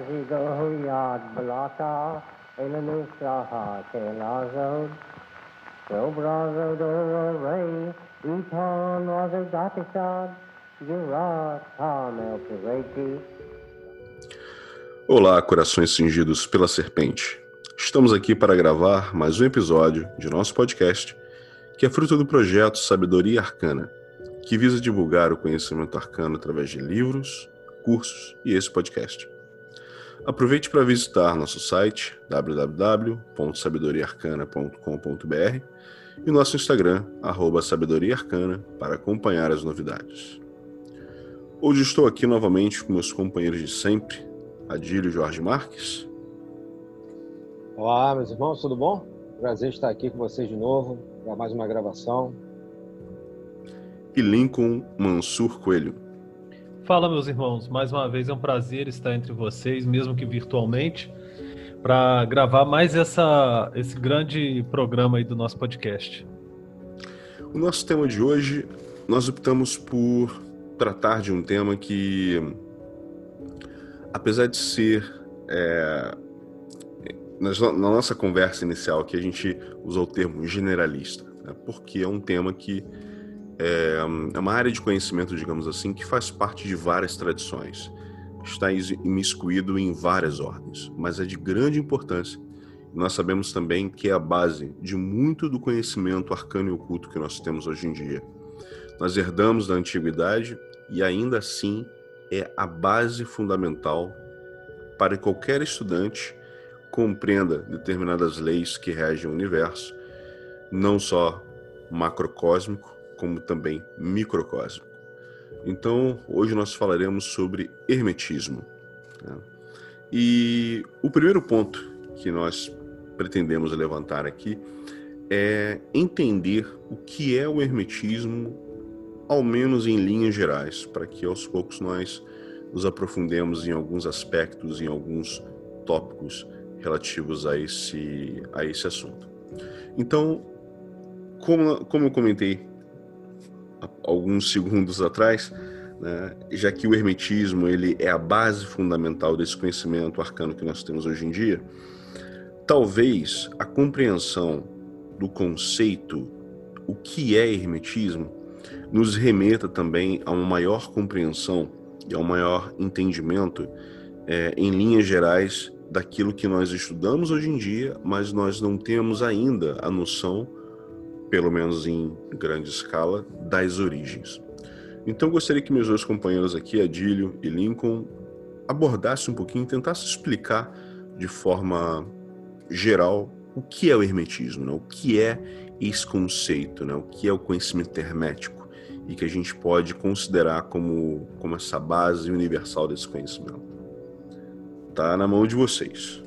Yad Balata, Elanusaha, Telazo, Sobrazo do Ray, Eton was a Gatisad, Jurat, Tamel Pireti. Olá, corações cingidos pela serpente. Estamos aqui para gravar mais um episódio de nosso podcast, que é fruto do projeto Sabedoria Arcana, que visa divulgar o conhecimento arcano através de livros, cursos e esse podcast. Aproveite para visitar nosso site www.sabedoriaarcana.com.br e nosso Instagram, @sabedoriaarcana, para acompanhar as novidades. Hoje estou aqui novamente com meus companheiros de sempre, Adílio Jorge Marques. Olá, meus irmãos, tudo bom? Prazer estar aqui com vocês de novo para mais uma gravação. E Lincoln Mansur Coelho. Fala, meus irmãos, mais uma vez é um prazer estar entre vocês, mesmo que virtualmente, para gravar mais esse grande programa aí do nosso podcast. O nosso tema de hoje, nós optamos por tratar de um tema que, apesar de ser, na nossa conversa inicial aqui, a gente usou o termo generalista, né? Porque é um tema que é uma área de conhecimento, digamos assim, que faz parte de várias tradições, está imiscuído em várias ordens, mas é de grande importância. Nós sabemos também que é a base de muito do conhecimento arcano e oculto que nós temos hoje em dia. Nós herdamos da antiguidade e ainda assim é a base fundamental para que qualquer estudante compreenda determinadas leis que regem o universo, não só macrocósmico, como também microcósmico. Então, hoje nós falaremos sobre hermetismo, né? E o primeiro ponto que nós pretendemos levantar aqui é entender o que é o hermetismo, ao menos em linhas gerais, para que aos poucos nós nos aprofundemos em alguns aspectos, em alguns tópicos relativos a esse assunto. Então, como eu comentei alguns segundos atrás, né, já que o hermetismo ele é a base fundamental desse conhecimento arcano que nós temos hoje em dia, talvez a compreensão do conceito, o que é hermetismo, nos remeta também a uma maior compreensão e a um maior entendimento em linhas gerais daquilo que nós estudamos hoje em dia, mas nós não temos ainda a noção, pelo menos em grande escala, das origens. Então gostaria que meus dois companheiros aqui, Adílio e Lincoln, abordassem um pouquinho, tentassem explicar de forma geral o que é o hermetismo, né? O que é esse conceito, né? O que é o conhecimento hermético e que a gente pode considerar como essa base universal desse conhecimento. Tá na mão de vocês.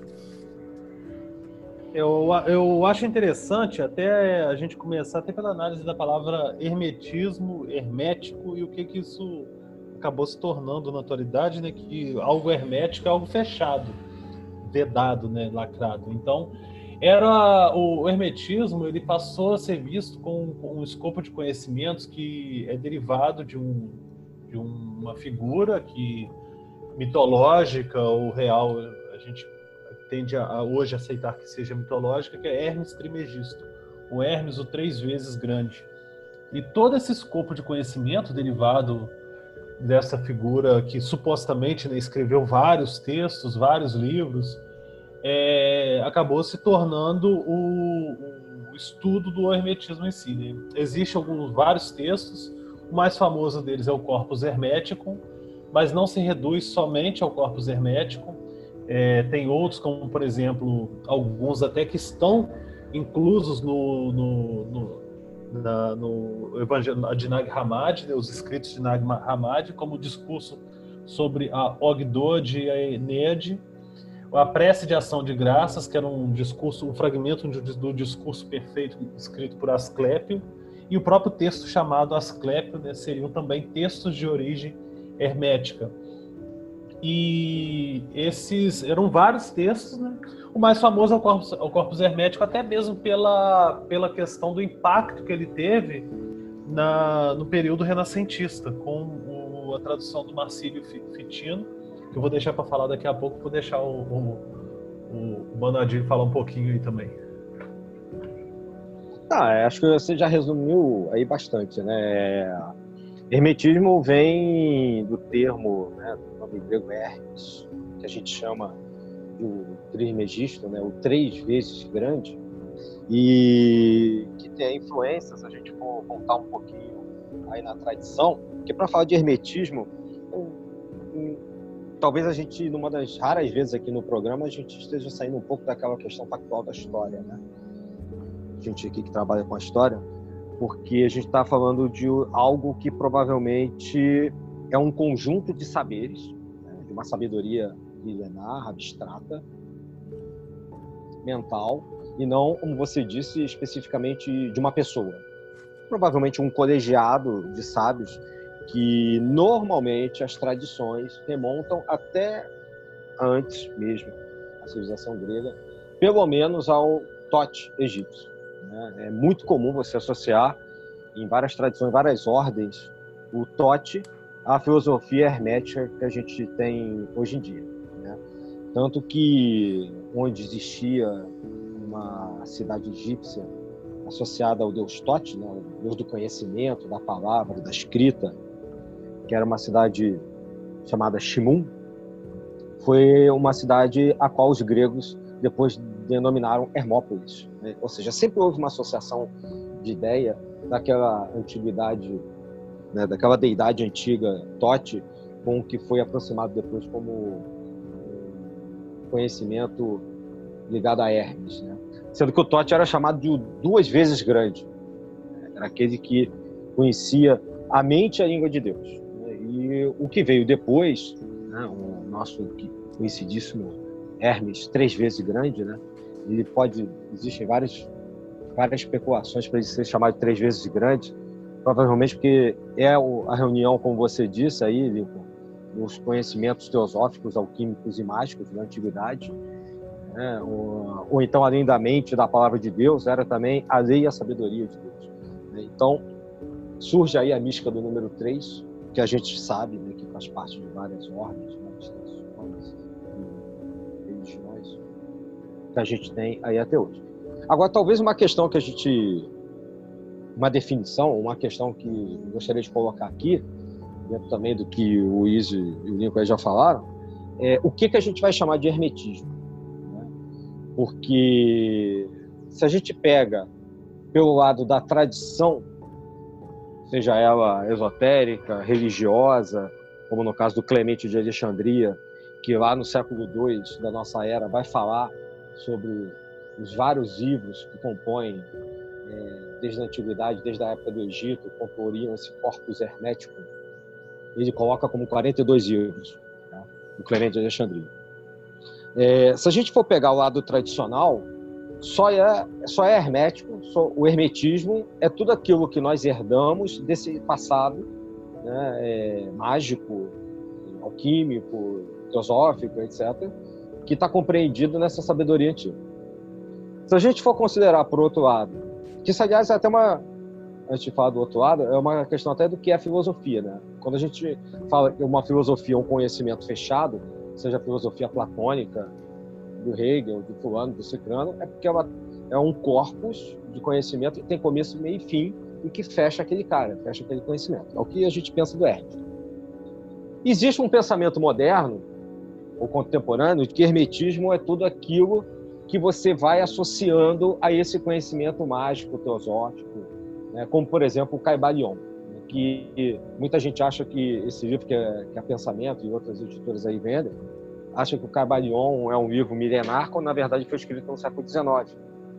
Eu acho interessante até a gente começar até pela análise da palavra hermetismo, hermético e o que isso acabou se tornando na atualidade, né? Que algo hermético é algo fechado, vedado, né? Lacrado. Então, o hermetismo, ele passou a ser visto com um escopo de conhecimentos que é derivado de uma figura mitológica ou real, a gente tende a hoje aceitar que seja mitológica, que é Hermes Trismegisto, o Hermes, o 3 vezes grande. E todo esse escopo de conhecimento derivado dessa figura que supostamente, né, escreveu vários textos, vários livros, acabou se tornando o estudo do hermetismo em si, né? Existem vários textos, o mais famoso deles é o Corpus Hermeticum, mas não se reduz somente ao Corpus Hermeticum. Tem outros, como por exemplo, alguns até que estão inclusos no Evangelho de Nag Hammadi, né, os escritos de Nag Hammadi, como o discurso sobre a Ogdod e a Eneade, a prece de ação de graças, que era um fragmento do discurso perfeito escrito por Asclépio, e o próprio texto chamado Asclépio, né, seriam também textos de origem hermética. E esses eram vários textos, né? O mais famoso é o Corpus Hermético, até mesmo pela questão do impacto que ele teve no período renascentista, com a tradução do Marcílio Fitino, que eu vou deixar para falar daqui a pouco, vou deixar o Bonadinho falar um pouquinho aí também. Acho que você já resumiu aí bastante, né? Hermetismo vem do termo, né, do nome grego Hermes, que a gente chama do Trismegisto, né, o 3 vezes grande, e que tem influências, se a gente for voltar um pouquinho aí na tradição, porque para falar de hermetismo, talvez a gente, numa das raras vezes aqui no programa, a gente esteja saindo um pouco daquela questão factual da história, né? A gente aqui que trabalha com a história, porque a gente está falando de algo que provavelmente é um conjunto de saberes, né, de uma sabedoria milenar, abstrata, mental, e não, como você disse, especificamente de uma pessoa. Provavelmente um colegiado de sábios que normalmente as tradições remontam até antes mesmo da civilização grega, pelo menos ao Tote egípcio. É muito comum você associar em várias tradições, várias ordens, o Tote à filosofia hermética que a gente tem hoje em dia, né? Tanto que onde existia uma cidade egípcia associada ao deus Tote, né, o deus do conhecimento, da palavra, da escrita, que era uma cidade chamada Shimun, foi uma cidade a qual os gregos depois denominaram Hermópolis, né? Ou seja, sempre houve uma associação de ideia daquela antiguidade, né, daquela deidade antiga Tote, com o que foi aproximado depois como conhecimento ligado a Hermes, né? Sendo que o Tote era chamado de 2 vezes grande, era aquele que conhecia a mente e a língua de Deus, né? E o que veio depois, né, o nosso conhecidíssimo Hermes 3 vezes grande, né? Ele existem várias especulações para ele ser chamado de 3 vezes grande, provavelmente porque é a reunião, como você disse aí, Lincoln, dos conhecimentos teosóficos, alquímicos e mágicos da antiguidade, né? Ou então, além da mente da palavra de Deus, era também a lei e a sabedoria de Deus, né? Então, surge aí a mística do número 3, que a gente sabe, né, que faz parte de várias ordens, várias tradições e religiões que a gente tem aí até hoje. Agora, talvez uma questão que uma definição, uma questão que eu gostaria de colocar aqui, dentro também do que o Izzy e o Lincoln já falaram, é o que a gente vai chamar de hermetismo, né? Porque se a gente pega pelo lado da tradição, seja ela esotérica, religiosa, como no caso do Clemente de Alexandria, que lá no século II da nossa era vai falar sobre os vários livros que compõem, desde a antiguidade, desde a época do Egito, comporiam esse corpus hermético. Ele coloca como 42 livros, né, o Clemente de Alexandria. Se a gente for pegar o lado tradicional, só é hermético, o hermetismo é tudo aquilo que nós herdamos desse passado, né, mágico, alquímico, teosófico, etc., que está compreendido nessa sabedoria antiga. Se a gente for considerar, por outro lado, que isso, aliás, é até antes de falar do outro lado, é uma questão até do que é filosofia, né? Quando a gente fala que uma filosofia, um conhecimento fechado, seja a filosofia platônica, do Hegel, do fulano, do ciclano, é porque ela é um corpus de conhecimento que tem começo, meio e fim, e que fecha aquele cara, fecha aquele conhecimento. É o que a gente pensa do Hermes. Existe um pensamento moderno, ou contemporâneo, de que hermetismo é tudo aquilo que você vai associando a esse conhecimento mágico, teosófico, né? Como, por exemplo, o Caibalion, que muita gente acha que esse livro, que é Pensamento, e outras editoras aí vendem, acha que o Caibalion é um livro milenar, quando na verdade foi escrito no século XIX.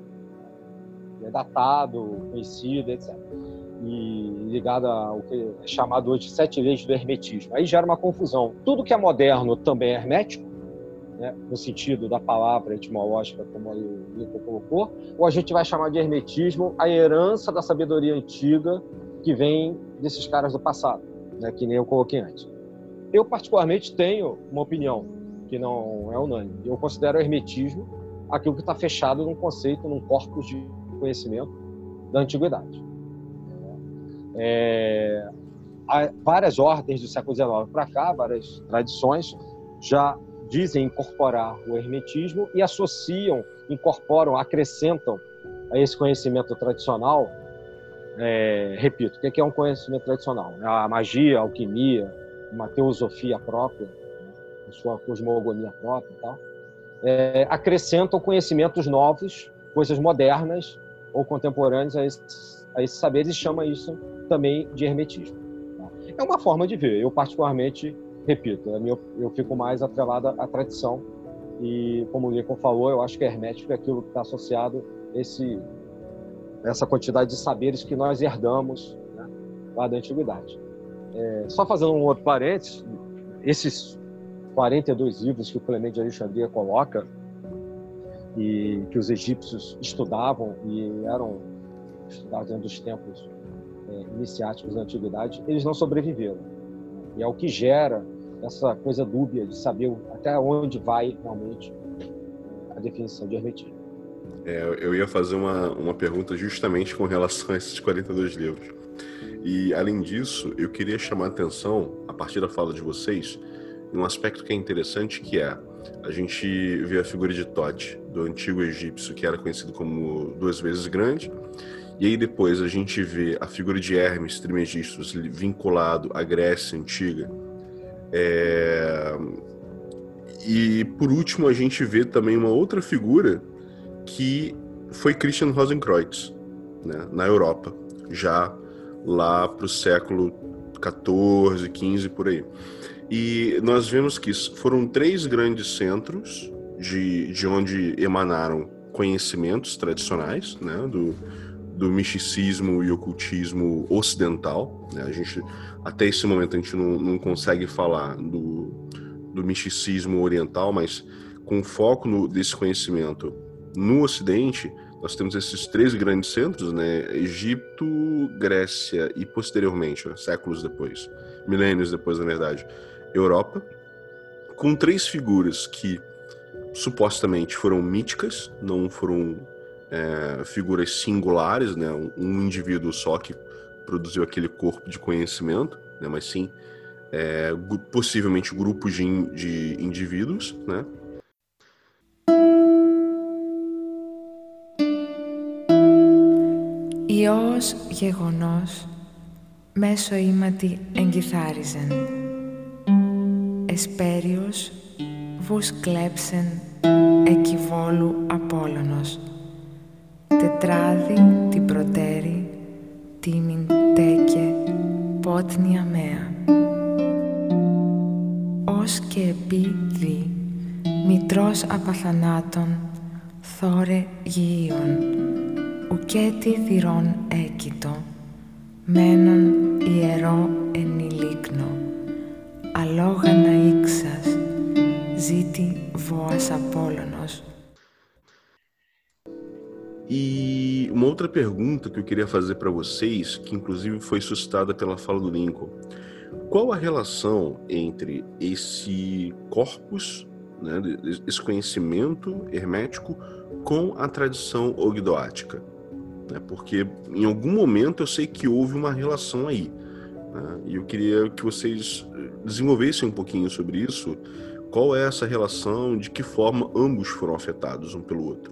É datado, conhecido, etc. E ligado ao que é chamado hoje de 7 leis do hermetismo. Aí gera uma confusão. Tudo que é moderno também é hermético, né, no sentido da palavra etimológica, como aí o Lincoln colocou, ou a gente vai chamar de hermetismo a herança da sabedoria antiga que vem desses caras do passado, né, que nem eu coloquei antes. Eu, particularmente, tenho uma opinião que não é unânime. Eu considero o hermetismo aquilo que está fechado num conceito, num corpus de conhecimento da antiguidade. Há várias ordens do século XIX para cá, várias tradições, já dizem incorporar o hermetismo e associam, incorporam, acrescentam a esse conhecimento tradicional. Repito, o que é um conhecimento tradicional? A magia, a alquimia, uma teosofia própria, a sua cosmogonia própria e tal. Acrescentam conhecimentos novos, coisas modernas ou contemporâneas a esses saberes, e chama isso também de hermetismo. É uma forma de ver. Eu, particularmente, repito, eu fico mais atrelado à tradição e, como o Lincoln falou, eu acho que hermético é aquilo que está associado a essa quantidade de saberes que nós herdamos, né, lá da antiguidade. Só fazendo um outro parênteses, esses 42 livros que o Clemente de Alexandria coloca e que os egípcios estudavam e eram estudados dentro dos templos iniciáticos da antiguidade, eles não sobreviveram. E é o que gera essa coisa dúbia de saber até onde vai realmente a definição de hermetismo. Eu ia fazer uma pergunta justamente com relação a esses 42 livros. E, além disso, eu queria chamar a atenção, a partir da fala de vocês, em um aspecto que é interessante, que é a gente vê a figura de Tote, do antigo egípcio, que era conhecido como 2 vezes grande, e aí depois a gente vê a figura de Hermes Trismegisto vinculado à Grécia Antiga. E, por último, a gente vê também uma outra figura que foi Christian Rosenkreuz, né, na Europa, já lá para o século XIV, XV, por aí. E nós vemos que foram 3 grandes centros de onde emanaram conhecimentos tradicionais, né, do misticismo e ocultismo ocidental, né? Até esse momento a gente não consegue falar do misticismo oriental, mas com foco desse conhecimento no Ocidente, nós temos esses 3 grandes centros, né? Egito, Grécia e, posteriormente, séculos depois, milênios depois, na verdade, Europa, com 3 figuras que supostamente foram míticas, não foram figuras singulares, né? Um indivíduo só que produziu aquele corpo de conhecimento, né? Mas sim, possivelmente grupos de indivíduos, né? Ιός γεγονός μέσω ήματι εγκυθάριζεν. Εσπέριος βους κλέψεν εκιβόλου Απόλλωνος. Τετράδι την προτέρη τίμην τέκε πότνια μέα. Ως και επί δι μητρός απαθανάτων θόρε γηίων. Ουκέτι θυρών έκητο, μένον ιερό ενηλίκνο, αλόγανα ήξας, ζήτη βόας Απόλλωνος. E uma outra pergunta que eu queria fazer para vocês, que inclusive foi suscitada pela fala do Lincoln: qual a relação entre esse corpus, né, esse conhecimento hermético, com a tradição ogdoática? Porque em algum momento eu sei que houve uma relação aí, né? E eu queria que vocês desenvolvessem um pouquinho sobre isso. Qual é essa relação, de que forma ambos foram afetados um pelo outro?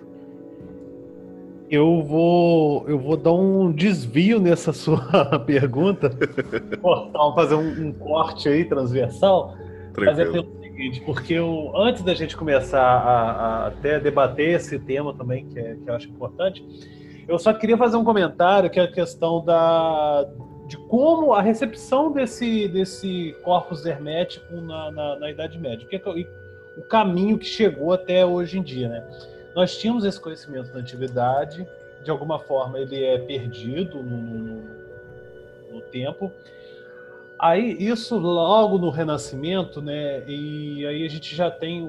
Eu vou dar um desvio nessa sua pergunta, fazer um corte aí transversal, mas é pelo seguinte, porque antes da gente começar a até debater esse tema também, que eu acho importante, eu só queria fazer um comentário, que é a questão de como a recepção desse corpus hermético na Idade Média, o caminho que chegou até hoje em dia, né? Nós tínhamos esse conhecimento da antiguidade, de alguma forma ele é perdido no tempo. Aí isso logo no Renascimento, né? E aí a gente já tem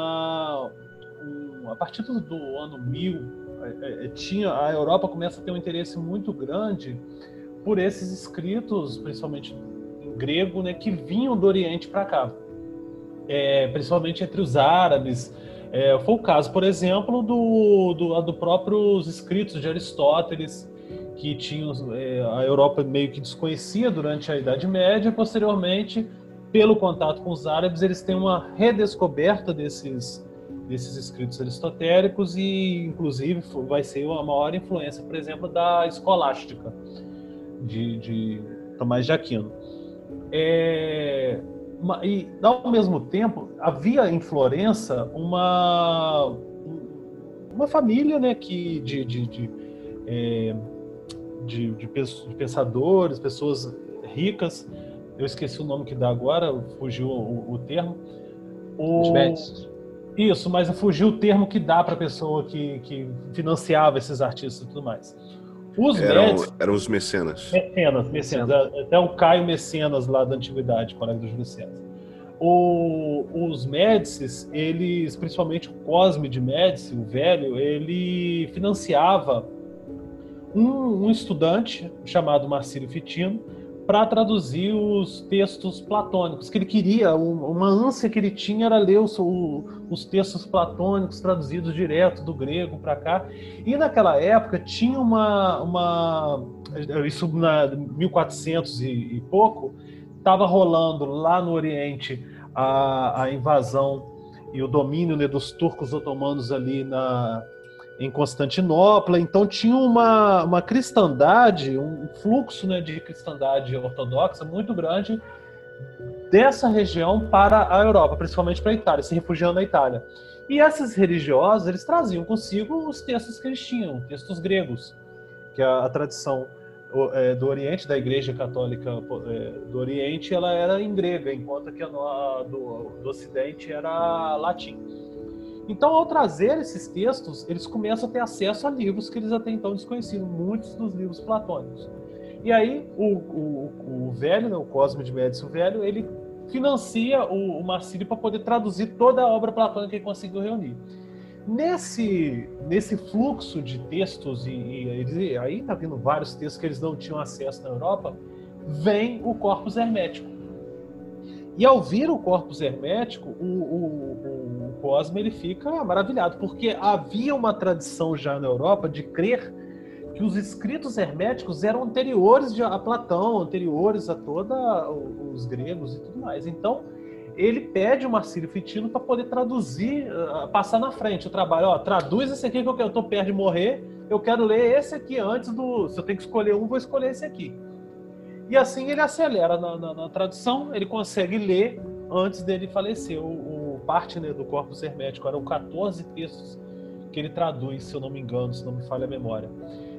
a partir do ano 1000, a Europa começa a ter um interesse muito grande por esses escritos, principalmente em grego, né, que vinham do Oriente para cá, principalmente entre os árabes. Foi o caso, por exemplo, do próprios escritos de Aristóteles, que a Europa meio que desconhecia durante a Idade Média, e posteriormente pelo contato com os árabes, eles têm uma redescoberta desses escritos aristotélicos e, inclusive, vai ser a maior influência, por exemplo, da escolástica de Tomás de Aquino. E, ao mesmo tempo, havia em Florença uma família, né, de pensadores, pessoas ricas. Eu esqueci o nome que dá agora, fugiu o termo. Os Médicis. Isso, mas fugiu o termo que dá para a pessoa que financiava esses artistas e tudo mais. Eram os mecenas. Mecenas. Até o Caio Mecenas, lá da Antiguidade, colega do Júlio César. Os Médicis, eles, principalmente o Cosme de Médici, o velho, ele financiava um estudante chamado Marcílio Fitino para traduzir os textos platônicos, que ele queria, uma ânsia que ele tinha era ler os textos platônicos traduzidos direto do grego para cá. E naquela época tinha isso na 1400 e pouco, estava rolando lá no Oriente a invasão e o domínio, né, dos turcos otomanos ali em Constantinopla. Então tinha uma cristandade, um fluxo, né, de cristandade ortodoxa muito grande dessa região para a Europa, principalmente para a Itália, se refugiando na Itália. E esses religiosos, eles traziam consigo os textos que eles tinham, textos gregos, que a tradição do Oriente, da Igreja Católica do Oriente, ela era em grega, enquanto que a do Ocidente era latim. Então, ao trazer esses textos, eles começam a ter acesso a livros que eles até então desconheciam, muitos dos livros platônicos. E aí, o velho, né, o Cosme de Médici, o velho, ele financia o Marcílio para poder traduzir toda a obra platônica que ele conseguiu reunir. Nesse fluxo de textos, e aí está vindo vários textos que eles não tinham acesso na Europa, vem o Corpus Hermético. E ao vir o Corpus Hermético, o Cosme ele fica maravilhado, porque havia uma tradição já na Europa de crer que os escritos herméticos eram anteriores a Platão, anteriores a todos os gregos e tudo mais. Então, ele pede o Marcílio Fitino para poder traduzir, passar na frente o trabalho. Traduz esse aqui que eu estou perto de morrer, eu quero ler esse aqui antes do... Se eu tenho que escolher um, vou escolher esse aqui. E assim ele acelera na tradução, ele consegue ler antes dele falecer. Parte, né, do Corpus Hermético eram 14 textos que ele traduz, se eu não me engano, se não me falha a memória.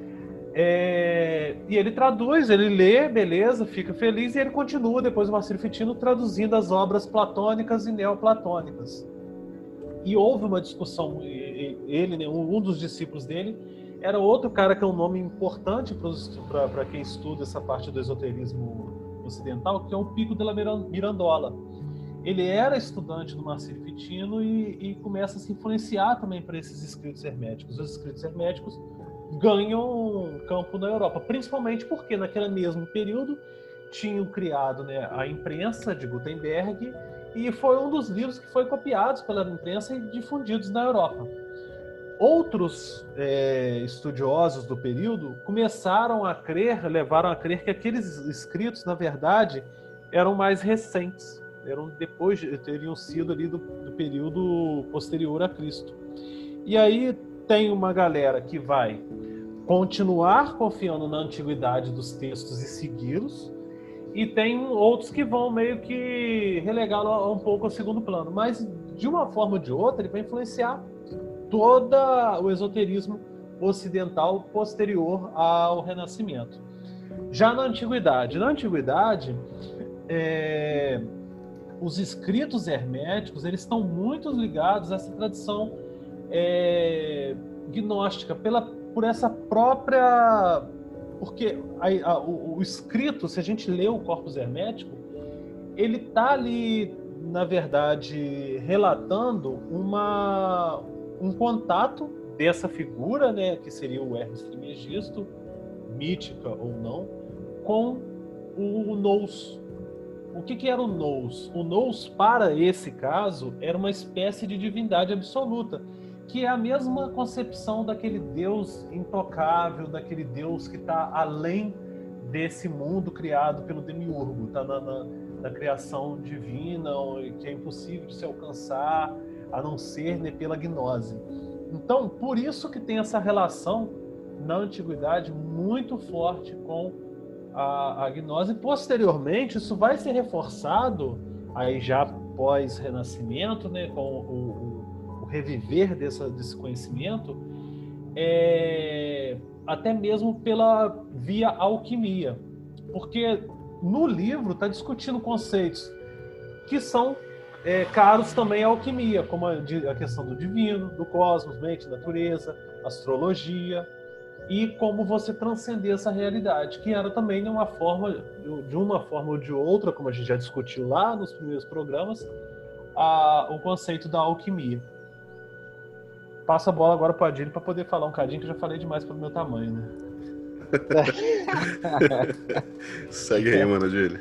E ele traduz, ele lê, beleza, fica feliz, e ele continua, depois o Marcílio Fitino, traduzindo as obras platônicas e neoplatônicas. E houve uma discussão, ele, né, um dos discípulos dele, era outro cara que é um nome importante para quem estuda essa parte do esoterismo ocidental, que é o Pico della Mirandola. Ele era estudante do Marcílio Fitino e começa a se influenciar também por esses escritos herméticos. Os escritos herméticos ganham campo na Europa, principalmente porque naquele mesmo período tinham criado, né, a imprensa de Gutenberg, e foi um dos livros que foi copiados pela imprensa e difundidos na Europa. Outros estudiosos do período levaram a crer que aqueles escritos, na verdade, eram mais recentes, teriam sido ali do período posterior a Cristo. E aí tem uma galera que vai continuar confiando na antiguidade dos textos e segui-los, e tem outros que vão meio que relegá-lo um pouco ao segundo plano, mas de uma forma ou de outra ele vai influenciar todo o esoterismo ocidental posterior ao Renascimento. Já na Antiguidade, os escritos herméticos eles estão muito ligados a essa tradição gnóstica, por essa própria... Porque o escrito, se a gente lê o Corpus Hermético, ele está ali, na verdade, relatando um contato dessa figura, né, que seria o Hermes Trismegisto, mítica ou não, com o Nous. O que era o Nous? O Nous, para esse caso, era uma espécie de divindade absoluta, que é a mesma concepção daquele Deus intocável, daquele Deus que está além desse mundo criado pelo Demiurgo, está da criação divina, que é impossível de se alcançar, a não ser, né, pela gnose. Então, por isso que tem essa relação na antiguidade muito forte com a gnose. Posteriormente, isso vai ser reforçado, aí já pós-renascimento, né, com o reviver desse conhecimento, até mesmo pela via alquimia. Porque no livro está discutindo conceitos que são caros também à alquimia, como a questão do divino, do cosmos, mente, natureza, astrologia, e como você transcender essa realidade, que era também de uma forma ou de outra, como a gente já discutiu lá nos primeiros programas, o conceito da alquimia. Passo a bola agora para o Adílio para poder falar um cadinho, que eu já falei demais pelo meu tamanho, né? Segue aí, mano, Adílio.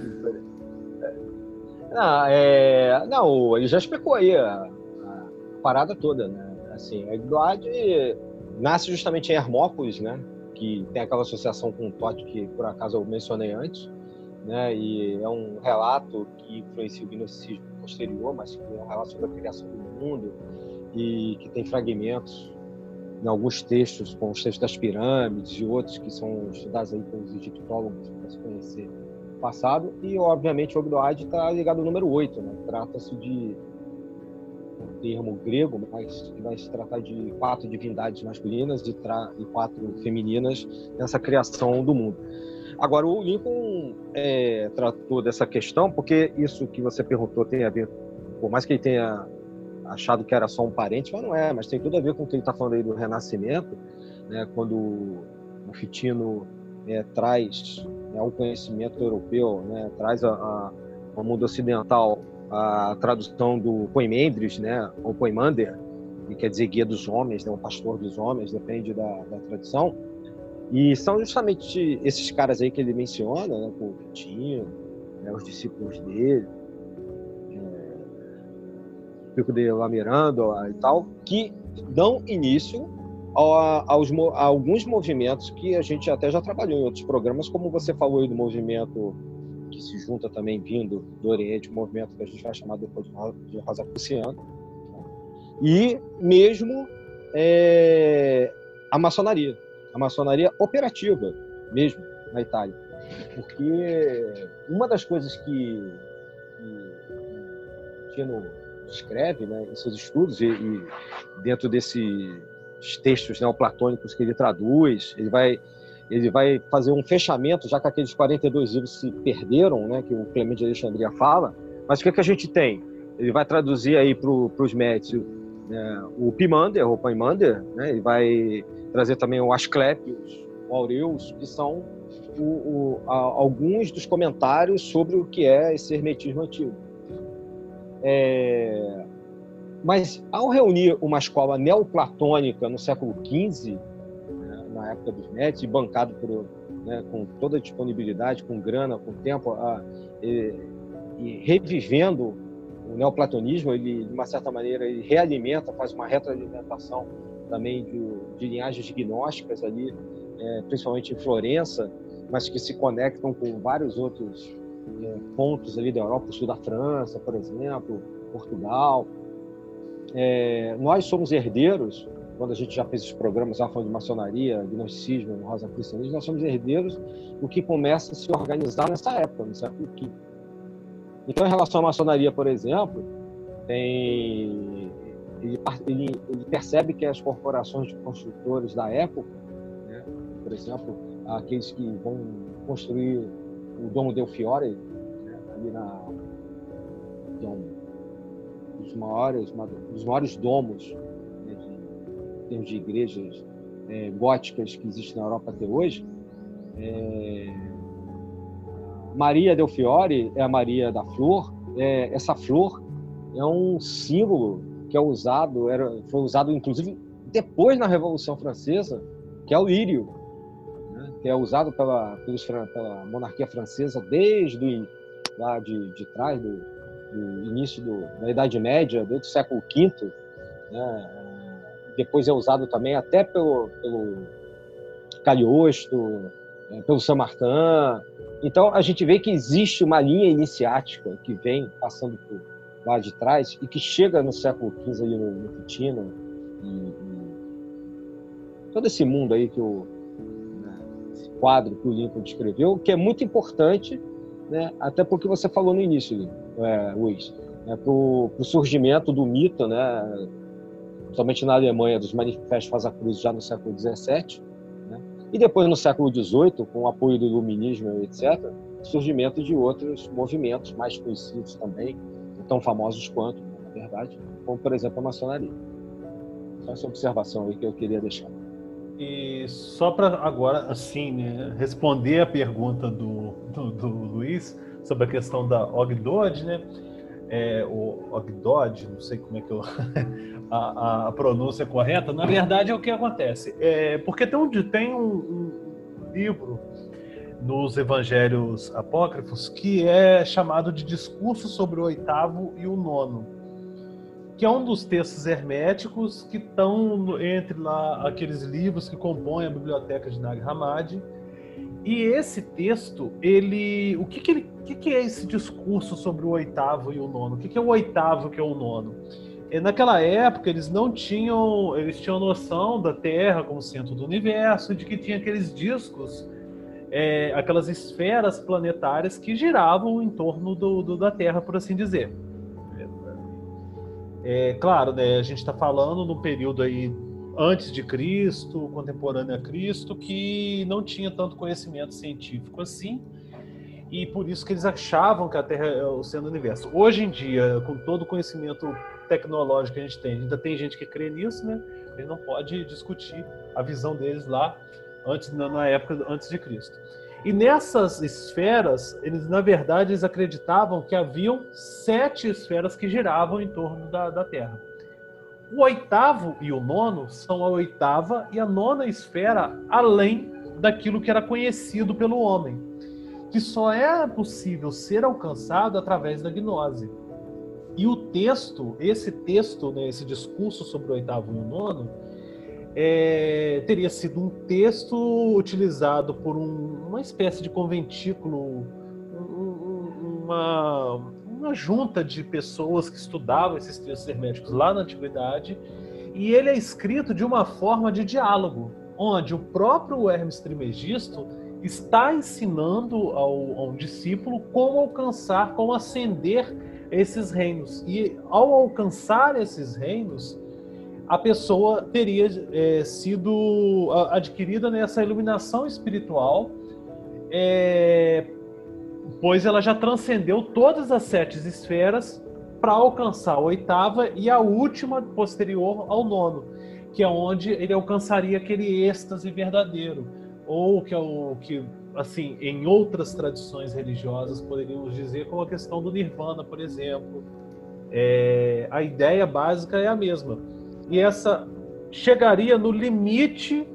Não, ele já explicou aí a parada toda, né? Assim, a Igdoade nasce justamente em Hermópolis, né? Que tem aquela associação com o Tote que, por acaso, eu mencionei antes, né? E é um relato que influencia o gnosticismo posterior, mas que é um relato sobre a criação do mundo e que tem fragmentos em alguns textos, como os textos das pirâmides e outros que são estudados aí pelos egiptólogos para se conhecer o passado. E, obviamente, o Ogdoad está ligado ao número 8, né? Trata-se de um termo grego, mas que vai se tratar de 4 divindades masculinas e 4 femininas nessa criação do mundo. Agora, o Lincoln tratou dessa questão, porque isso que você perguntou tem a ver, por mais que ele tenha achado que era só um parente, mas não é, mas tem tudo a ver com o que ele está falando aí do Renascimento, né, quando o Fitino traz o conhecimento europeu, né, traz ao mundo ocidental a tradução do Poimandres, né, ou Poimander, que quer dizer guia dos homens, né, o pastor dos homens, depende da tradição, e são justamente esses caras aí que ele menciona, né, o Fitino, né, os discípulos dele, Pico de La Miranda e tal, que dão início a alguns movimentos que a gente até já trabalhou em outros programas, como você falou aí do movimento que se junta também vindo do Oriente, o movimento que a gente vai chamar depois de Rosacruciano, e mesmo a maçonaria operativa mesmo na Itália, porque uma das coisas que Tino escreve, né, em seus estudos e dentro desses textos neoplatônicos que ele traduz, ele vai fazer um fechamento, já que aqueles 42 livros se perderam, né, que o Clemente de Alexandria fala, mas o que a gente tem? Ele vai traduzir aí para os médicos o Poimander, né, ele vai trazer também o Asclepius, o Aureus, que são alguns dos comentários sobre o que é esse hermetismo antigo. Mas ao reunir uma escola neoplatônica no século XV, né, na época dos Médicos, e bancado com toda a disponibilidade, com grana, com tempo, e revivendo o neoplatonismo, ele, de uma certa maneira, ele realimenta, faz uma retroalimentação também de linhagens gnósticas ali, principalmente em Florença, mas que se conectam com vários outros pontos ali da Europa, o sul da França, por exemplo, Portugal. Nós somos herdeiros, quando a gente já fez os programas lá falando de maçonaria, gnosticismo, rosacrucianismo, nós somos herdeiros do que começa a se organizar nessa época, no século V. Então, em relação à maçonaria, por exemplo, ele percebe que as corporações de construtores da época, né, por exemplo, aqueles que vão construir o Domo del Fiore, né, ali que é um dos maiores domos, né, em termos de igrejas góticas que existem na Europa até hoje. Maria del Fiore é a Maria da Flor. Essa flor é um símbolo que foi usado inclusive depois na Revolução Francesa, que é o lírio, né, que é usado pela monarquia francesa desde lá de trás, do início da Idade Média, desde o século V, né? Depois é usado também até pelo Cagliostro, pelo Saint-Martin. Então, a gente vê que existe uma linha iniciática que vem passando por lá de trás e que chega no século XV ali no Fitino e todo esse mundo aí esse quadro que o Lincoln descreveu, que é muito importante, né, até porque você falou no início, Luiz, para o surgimento do mito, né, somente na Alemanha, dos manifestos Rosa-Cruz já no século XVII, né, e depois no século XVIII, com o apoio do iluminismo, etc., surgimento de outros movimentos mais conhecidos também, tão famosos quanto, na verdade, como, por exemplo, a maçonaria. Só essa observação aí que eu queria deixar. E só para agora, assim, né, responder a pergunta do Luiz sobre a questão da Ogdod, né? O Ogdod, não sei como é que a pronúncia correta. Na verdade, é o que acontece. Porque tem um livro nos Evangelhos Apócrifos que é chamado de Discurso sobre o Oitavo e o Nono, que é um dos textos herméticos que estão entre lá aqueles livros que compõem a biblioteca de Nag Hammadi. E esse texto, o que é esse discurso sobre o oitavo e o nono? O que é o oitavo, que é o nono? Naquela época, eles tinham noção da Terra como centro do universo, de que tinha aqueles discos, aquelas esferas planetárias que giravam em torno da Terra, por assim dizer. Claro, né, a gente está falando no período aí antes de Cristo, contemporâneo a Cristo, que não tinha tanto conhecimento científico assim, e por isso que eles achavam que a Terra é o centro do universo. Hoje em dia, com todo o conhecimento tecnológico que a gente tem, ainda tem gente que crê nisso, né? A gente não pode discutir a visão deles lá na época antes de Cristo. E nessas esferas, na verdade, eles acreditavam que haviam 7 esferas que giravam em torno da Terra. O oitavo e o nono são a oitava e a nona esfera além daquilo que era conhecido pelo homem, que só é possível ser alcançado através da gnose. E esse texto, né, esse discurso sobre o oitavo e o nono, teria sido um texto utilizado por uma espécie de conventículo, uma junta de pessoas que estudavam esses textos herméticos lá na antiguidade, e ele é escrito de uma forma de diálogo, onde o próprio Hermes Trismegisto está ensinando ao discípulo como ascender esses reinos. E ao alcançar esses reinos, a pessoa teria sido adquirida nessa iluminação espiritual, pois ela já transcendeu todas as 7 esferas para alcançar a oitava e a última posterior ao nono, que é onde ele alcançaria aquele êxtase verdadeiro, ou que assim, em outras tradições religiosas poderíamos dizer, como a questão do Nirvana, por exemplo. A ideia básica é a mesma. E essa chegaria no limite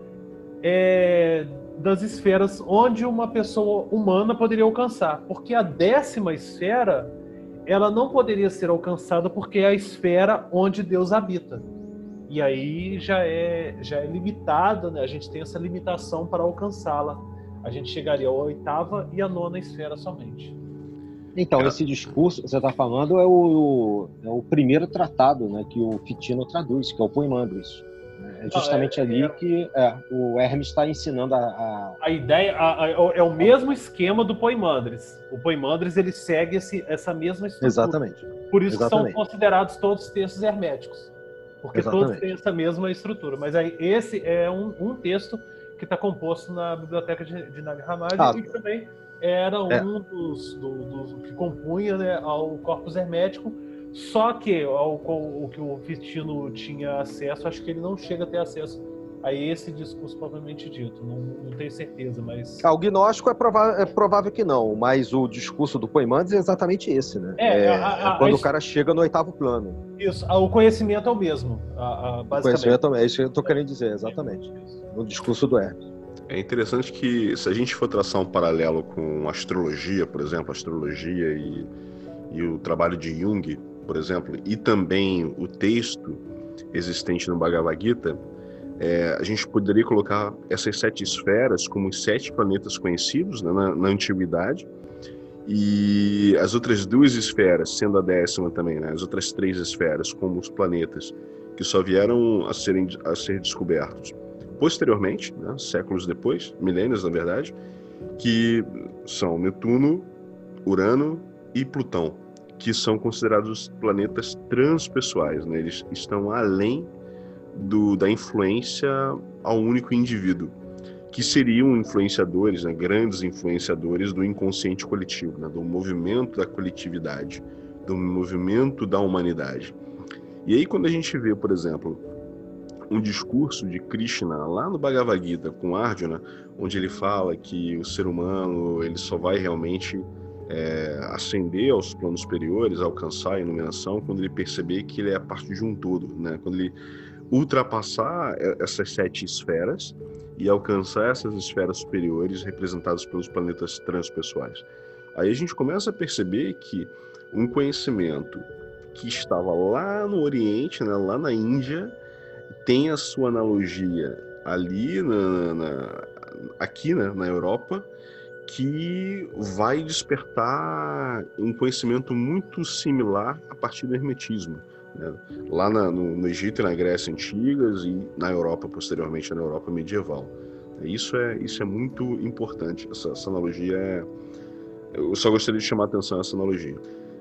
das esferas onde uma pessoa humana poderia alcançar, porque a 10ª esfera ela não poderia ser alcançada porque é a esfera onde Deus habita. E aí já é limitada, né? A gente tem essa limitação para alcançá-la. A gente chegaria à 8ª e à 9ª esfera somente. Então, esse discurso que você está falando é o primeiro tratado, né, que o Fitino traduz, que é o Poimandres. É justamente ali que o Hermes está ensinando a ideia. É o mesmo esquema do Poimandres. O Poimandres ele segue essa mesma estrutura. Exatamente. Por isso que são considerados todos textos herméticos. Porque todos têm essa mesma estrutura. Mas aí esse é um texto que está composto na biblioteca de Nag Hammadi e que também era um dos que compunha, né, ao corpus hermético. Só que o que o Fitino tinha acesso, acho que ele não chega a ter acesso a esse discurso propriamente dito. Não tenho certeza, mas... O gnóstico é provável que não, mas o discurso do Poimandres é exatamente esse, né? Quando o cara chega no 8º plano. Isso, o conhecimento é o mesmo, basicamente. O conhecimento é isso que eu estou querendo dizer, exatamente. No discurso do Hermes. É interessante que, se a gente for traçar um paralelo com astrologia, por exemplo, astrologia e o trabalho de Jung, por exemplo, e também o texto existente no Bhagavad Gita, A gente poderia colocar essas 7 esferas como os 7 planetas conhecidos, né, na antiguidade, e as outras 2 esferas, sendo a 10ª também, né, as outras 3 esferas como os planetas que só vieram a ser descobertos posteriormente, né, séculos depois, milênios na verdade, que são Netuno, Urano e Plutão, que são considerados planetas transpessoais, né? Eles estão além da influência ao único indivíduo, que seriam influenciadores, né? Grandes influenciadores do inconsciente coletivo, né? Do movimento da coletividade, do movimento da humanidade. E aí quando a gente vê, por exemplo, um discurso de Krishna lá no Bhagavad Gita com Arjuna, onde ele fala que o ser humano ele só vai realmente ascender aos planos superiores, alcançar a iluminação, quando ele perceber que ele é parte de um todo, né? Quando ele ultrapassar essas 7 esferas e alcançar essas esferas superiores representadas pelos planetas transpessoais. Aí a gente começa a perceber que um conhecimento que estava lá no Oriente, né, lá na Índia, tem a sua analogia ali aqui, né, na Europa, que vai despertar um conhecimento muito similar a partir do hermetismo, né? Lá no Egito e na Grécia antigas e na Europa, posteriormente na Europa medieval. Isso é muito importante, essa analogia eu só gostaria de chamar a atenção a essa analogia.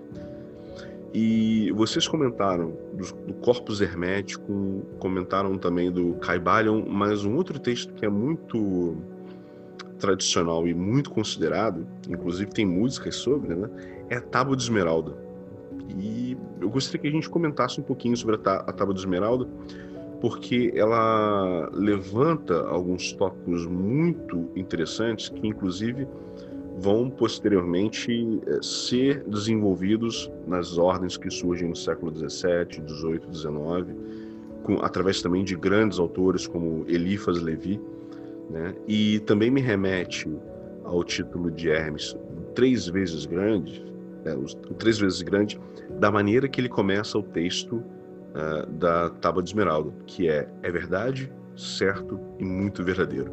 E vocês comentaram do corpus hermético, comentaram também do Kybalion, mas um outro texto que é muito tradicional e muito considerado, inclusive tem músicas sobre, né, é a Tábua de Esmeralda. E eu gostaria que a gente comentasse um pouquinho sobre a Tábua de Esmeralda, porque ela levanta alguns tópicos muito interessantes que, inclusive, vão posteriormente ser desenvolvidos nas ordens que surgem no século XVII, XVIII, XIX, através também de grandes autores como Eliphas Levi, né? E também me remete ao título de Hermes, 3 vezes grande, o 3 vezes grande, da maneira que ele começa o texto da Tábua de Esmeralda, que é verdade, certo e muito verdadeiro.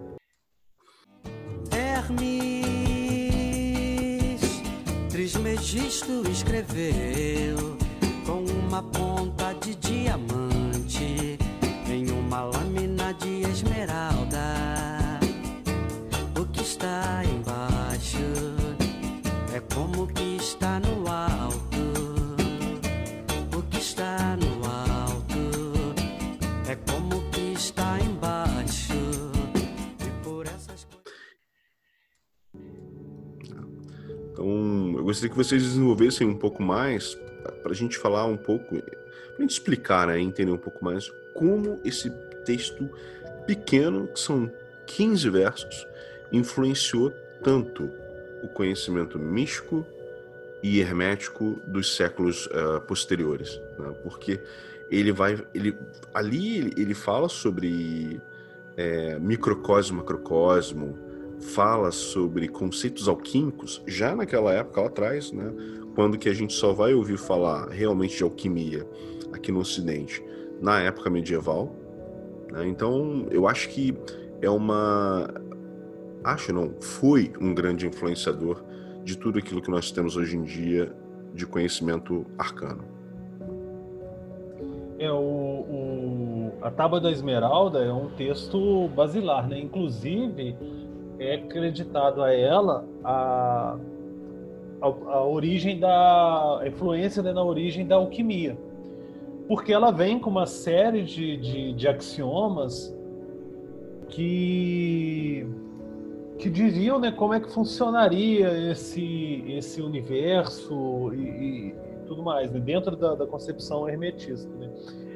Hermes Trismegisto escreveu com uma ponta de diamante em uma lâmina de esmeralda. O que está embaixo é como que está no alto. O que está no alto é como que está embaixo. E por essas Então, eu gostaria que vocês desenvolvessem um pouco mais, para a gente falar um pouco, para a gente explicar, né, entender um pouco mais como esse texto pequeno, que são 15 versos, influenciou tanto o conhecimento místico e hermético dos séculos posteriores, né? Porque ele fala sobre microcosmo, macrocosmo, fala sobre conceitos alquímicos já naquela época lá atrás, né? Quando que a gente só vai ouvir falar realmente de alquimia aqui no Ocidente na época medieval, né? Então eu acho que foi um grande influenciador de tudo aquilo que nós temos hoje em dia de conhecimento arcano. A Tábua da Esmeralda é um texto basilar, né? Inclusive é acreditado a ela a origem a influência, né, na origem da alquimia, porque ela vem com uma série de axiomas que diziam, né, como é que funcionaria esse universo e tudo mais, né, dentro da concepção hermetista, né.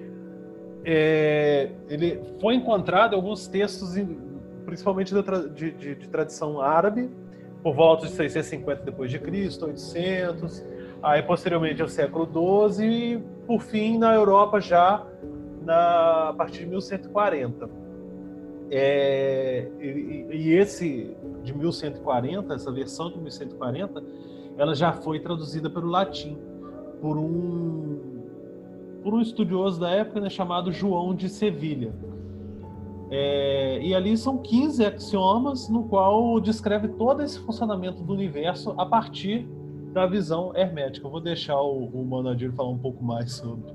Ele foi encontrado em alguns textos, principalmente de tradição árabe, por volta de 650 depois de Cristo, 800, aí posteriormente ao século XII e por fim na Europa já a partir de 1140. E esse de 1140, essa versão de 1140, ela já foi traduzida pelo latim por um estudioso da época, né, chamado João de Sevilha. E ali são 15 axiomas no qual descreve todo esse funcionamento do universo a partir da visão hermética. Eu vou deixar o Mano falar um pouco mais sobre.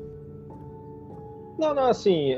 Não, assim,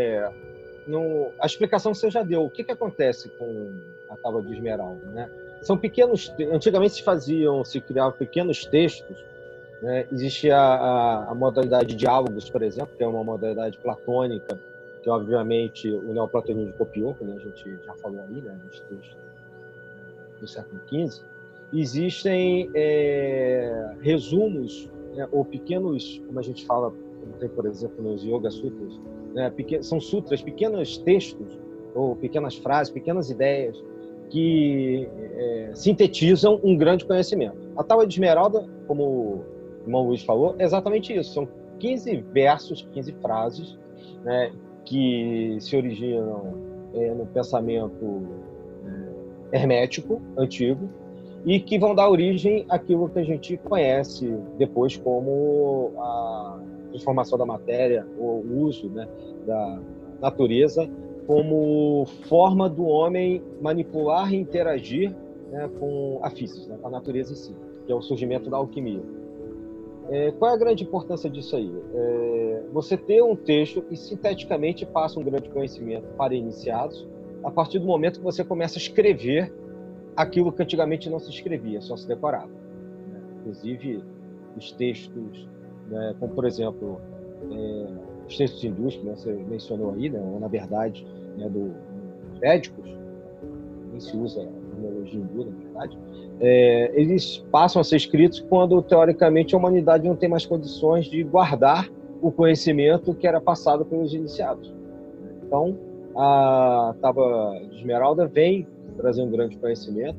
a explicação você já deu. O que acontece com a Tábua de Esmeralda, né? São pequenos... Antigamente se criavam pequenos textos, né? Existia a modalidade de diálogos, por exemplo, que é uma modalidade platônica, que obviamente o neoplatonismo copiou, como a gente já falou aí, né, nos textos do século XV. Existem resumos, né, ou pequenos, como a gente fala, como tem, por exemplo, nos Yoga Sutras, né, são sutras, pequenos textos, ou pequenas frases, pequenas ideias, que sintetizam um grande conhecimento. A Tábua de Esmeralda, como o irmão Luiz falou, é exatamente isso. São 15 versos, 15 frases, né, que se originam no pensamento hermético, antigo, e que vão dar origem àquilo que a gente conhece depois como a transformação da matéria, ou o uso, né, da natureza como forma do homem manipular e interagir, né, com a física, né, com a natureza em si, que é o surgimento da alquimia. Qual é a grande importância disso aí? Você ter um texto que sinteticamente passa um grande conhecimento para iniciados, a partir do momento que você começa a escrever aquilo que antigamente não se escrevia, só se decorava. Inclusive, os textos, né, como, por exemplo, os textos hindus, que você mencionou aí, né, ou, na verdade, né, dos védicos, nem se usa a terminologia hindu, na verdade, eles passam a ser escritos quando, teoricamente, a humanidade não tem mais condições de guardar o conhecimento que era passado pelos iniciados. Então, a Tábua de Esmeralda vem trazer um grande conhecimento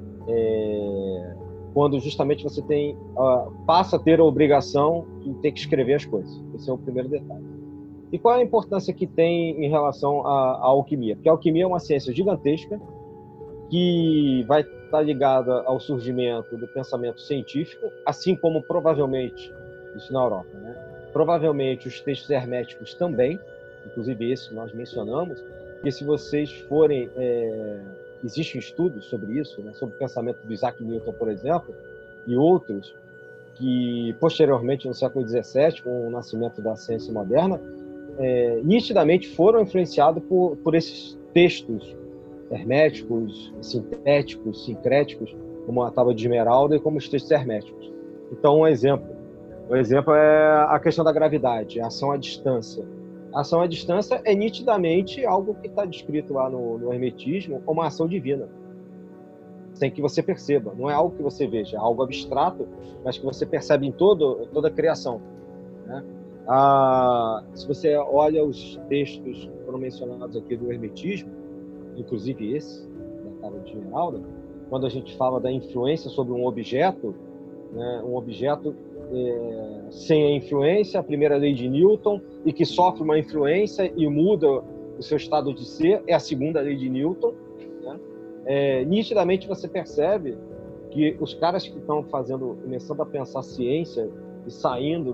quando justamente você passa a ter a obrigação de ter que escrever as coisas. Esse é o primeiro detalhe. E qual é a importância que tem em relação à alquimia? Porque a alquimia é uma ciência gigantesca que vai estar ligada ao surgimento do pensamento científico, assim como provavelmente, isso na Europa, né? Provavelmente os textos herméticos também, inclusive esse que nós mencionamos, e se vocês forem... existem estudos sobre isso, né? Sobre o pensamento do Isaac Newton, por exemplo, e outros que, posteriormente, no século XVII, com o nascimento da ciência moderna, nitidamente foram influenciados por esses textos herméticos, sintéticos, sincréticos, como a Tábua de Esmeralda e como os textos herméticos. Então, um exemplo é a questão da gravidade, a ação à distância. A ação à distância é nitidamente algo que está descrito lá no hermetismo como uma ação divina, sem que você perceba. Não é algo que você veja, é algo abstrato, mas que você percebe em toda a criação, né? Se você olha os textos que foram mencionados aqui do hermetismo, inclusive esse, da Tábua de Esmeralda, quando a gente fala da influência sobre um objeto, né, um objeto sem a influência, a primeira lei de Newton, e que sofre uma influência e muda o seu estado de ser, é a segunda lei de Newton, né? Nitidamente você percebe que os caras que estão começando a pensar ciência e saindo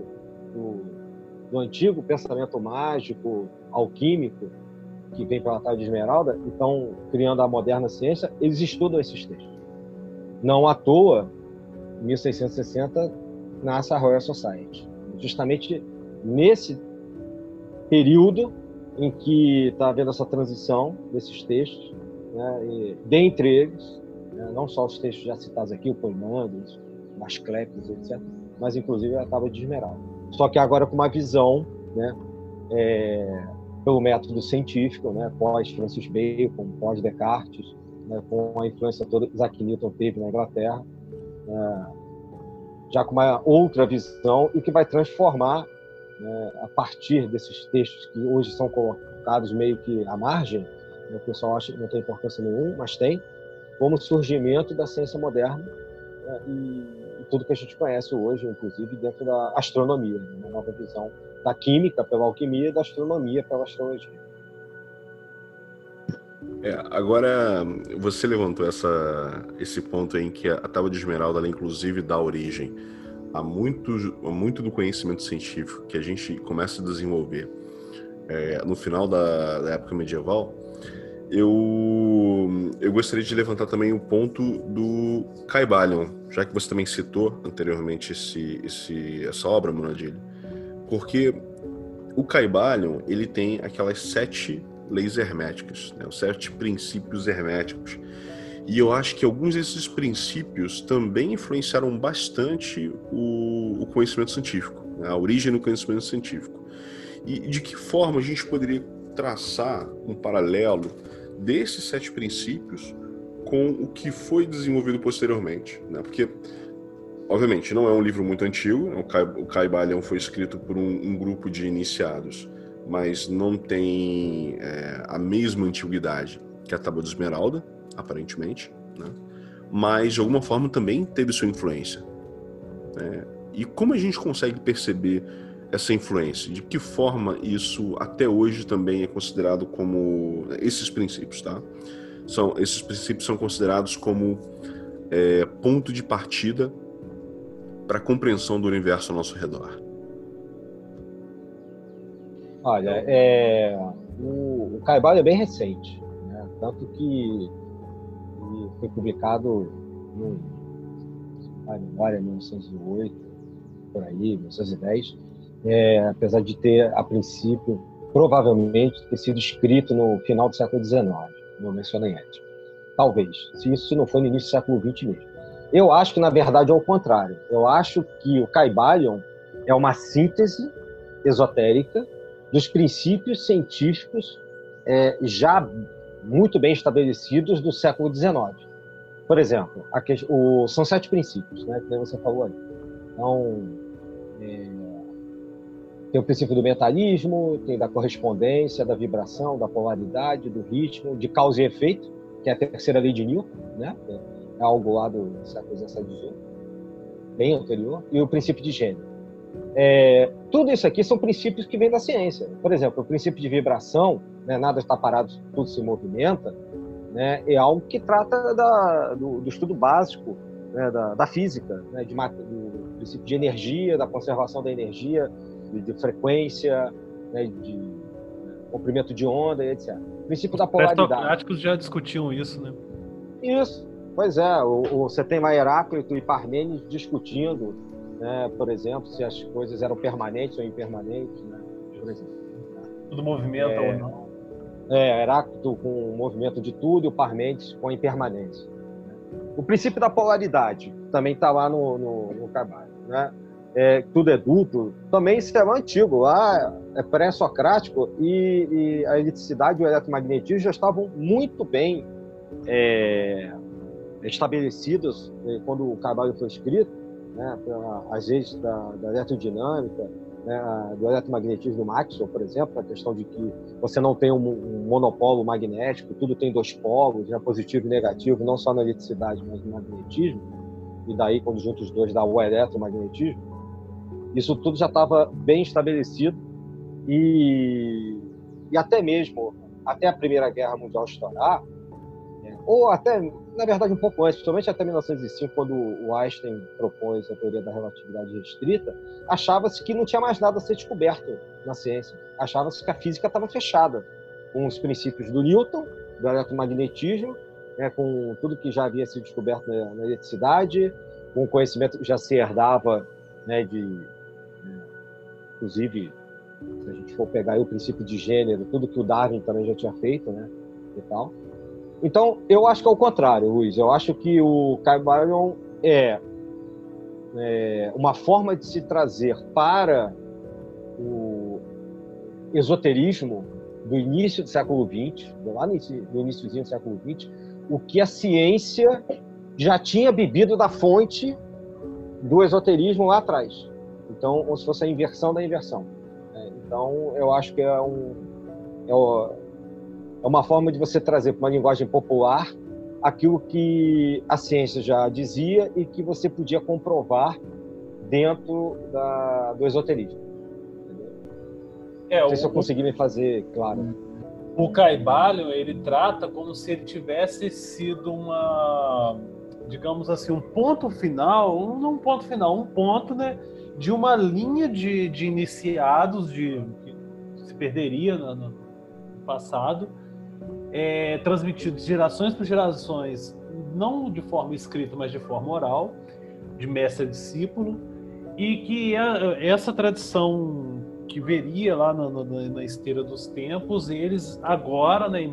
do antigo pensamento mágico, alquímico, que vem pela Tábua de Esmeralda, e estão criando a moderna ciência, eles estudam esses textos. Não à toa, em 1660, nasce a Royal Society. Justamente nesse período em que está havendo essa transição desses textos, né, e, dentre eles, né, não só os textos já citados aqui, o Poimandes, o Asclepios, etc., mas inclusive a Tábua de Esmeralda. Só que agora com uma visão, né, pelo método científico, né, pós-Francis Bacon, pós-Descartes, né, com a influência toda que Isaac Newton teve na Inglaterra, já com uma outra visão e que vai transformar, né, a partir desses textos que hoje são colocados meio que à margem, né, o pessoal acha que não tem importância nenhuma, mas tem, como surgimento da ciência moderna, né, e tudo que a gente conhece hoje, inclusive dentro da astronomia, né, uma nova visão da química pela alquimia e da astronomia pela astrologia. Agora, você levantou esse ponto em que a Tábua de Esmeralda, ela inclusive dá origem a muito do conhecimento científico que a gente começa a desenvolver no final da época medieval, eu gostaria de levantar também o ponto do Kybalion, já que você também citou anteriormente essa obra, Munadilho, porque o Kybalion, ele tem aquelas 7 leis herméticas, né? Os 7 princípios herméticos. E eu acho que alguns desses princípios também influenciaram bastante o conhecimento científico, né? A origem do conhecimento científico. E de que forma a gente poderia traçar um paralelo desses 7 princípios com o que foi desenvolvido posteriormente, né? Porque, obviamente, não é um livro muito antigo, né? O Kybalion foi escrito por um grupo de iniciados, mas não tem a mesma antiguidade que a Tábua de Esmeralda, aparentemente, né? Mas de alguma forma também teve sua influência, né? E como a gente consegue perceber essa influência? De que forma isso até hoje também é considerado como esses princípios, tá? Esses princípios são considerados como ponto de partida para a compreensão do universo ao nosso redor. Olha, o Kybalion é bem recente, né? Tanto que ele foi publicado na memória, 1908, por aí, 1910, apesar de ter, a princípio, provavelmente ter sido escrito no final do século XIX, como eu mencionei antes. Talvez, se isso não foi no início do século XX mesmo. Eu acho que, na verdade, é o contrário. Eu acho que o Kybalion é uma síntese esotérica dos princípios científicos já muito bem estabelecidos do século XIX. Por exemplo, são 7 princípios, né, que você falou aí. Então, tem o princípio do mentalismo, tem da correspondência, da vibração, da polaridade, do ritmo, de causa e efeito, que é a terceira lei de Newton, né? É algo lá do século XVII, bem anterior, e o princípio de gênero. Tudo isso aqui são princípios que vêm da ciência. Por exemplo, o princípio de vibração, né, nada está parado, tudo se movimenta, né, é algo que trata do estudo básico, né, da física, né, do princípio de energia, da conservação da energia, de frequência, né, de comprimento de onda, etc. O princípio da polaridade. Os pré-socráticos já discutiam isso, né? Isso, pois é. Você tem lá Heráclito e Parmênides discutindo, né, por exemplo, se as coisas eram permanentes ou impermanentes, né, por exemplo. Tudo movimenta ou não. Heráclito com o movimento de tudo e o Parmênides com a impermanência. O princípio da polaridade também está lá no Kybalion, né? Tudo é duplo, também isso é antigo, lá é pré-socrático, e a eletricidade e o eletromagnetismo já estavam muito bem estabelecidos quando o Kybalion foi escrito, né, as leis da eletrodinâmica, né, do eletromagnetismo do Maxwell, por exemplo, a questão de que você não tem um monopolo magnético, tudo tem 2 polos, né, positivo e negativo, não só na eletricidade, mas no magnetismo, e daí, quando junta os dois, dá o eletromagnetismo. Isso tudo já estava bem estabelecido e até mesmo, até a Primeira Guerra Mundial estourar, ou até, na verdade, um pouco antes, principalmente até 1905, quando o Einstein propôs a teoria da relatividade restrita, achava-se que não tinha mais nada a ser descoberto na ciência. Achava-se que a física estava fechada, com os princípios do Newton, do eletromagnetismo, né, com tudo que já havia sido descoberto na eletricidade, com o conhecimento que já se herdava, né, inclusive, se a gente for pegar aí o princípio de gênero, tudo que o Darwin também já tinha feito, né, e tal. Então, eu acho que é o contrário, Luiz. Eu acho que o Kybalion é uma forma de se trazer para o esoterismo do início do século XX, lá no iníciozinho do século XX, o que a ciência já tinha bebido da fonte do esoterismo lá atrás. Então, como se fosse a inversão da inversão. Então, eu acho que é uma forma de você trazer para uma linguagem popular aquilo que a ciência já dizia e que você podia comprovar dentro do esoterismo. Não sei se eu consegui me fazer claro. O Kybalion, ele trata como se ele tivesse sido digamos assim, um ponto final, não um ponto final, um ponto, né, de uma linha de iniciados, que se perderia no passado, transmitido de gerações por gerações, não de forma escrita, mas de forma oral, de mestre a discípulo, e que essa tradição que veria lá na esteira dos tempos, eles agora, né, em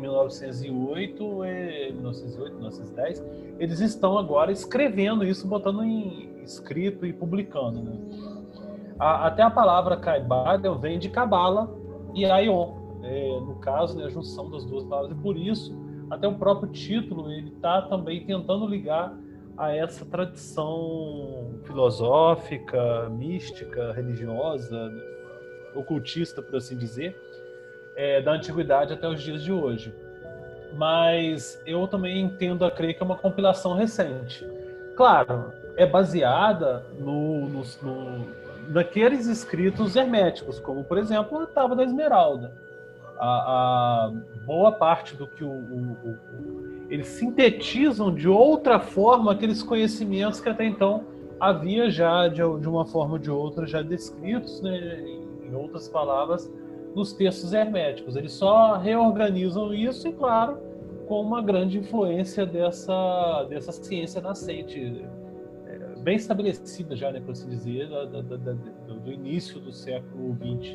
1910, eles estão agora escrevendo isso, botando em escrito e publicando, né? Até a palavra Kaibalyon vem de Cabala e Aion, no caso, né, a junção das duas palavras, e por isso até o próprio título ele está também tentando ligar a essa tradição filosófica, mística, religiosa, ocultista, por assim dizer, da antiguidade até os dias de hoje. Mas eu também entendo a crer que é uma compilação recente. Claro, é baseada naqueles escritos herméticos, como, por exemplo, a Tábua da Esmeralda. A boa parte do que eles sintetizam de outra forma aqueles conhecimentos que até então havia já, de uma forma ou de outra, já descritos, né, em outras palavras, nos textos herméticos. Eles só reorganizam isso e, claro, com uma grande influência dessa ciência nascente, bem estabelecida já, né, por assim dizer, do início do século XX.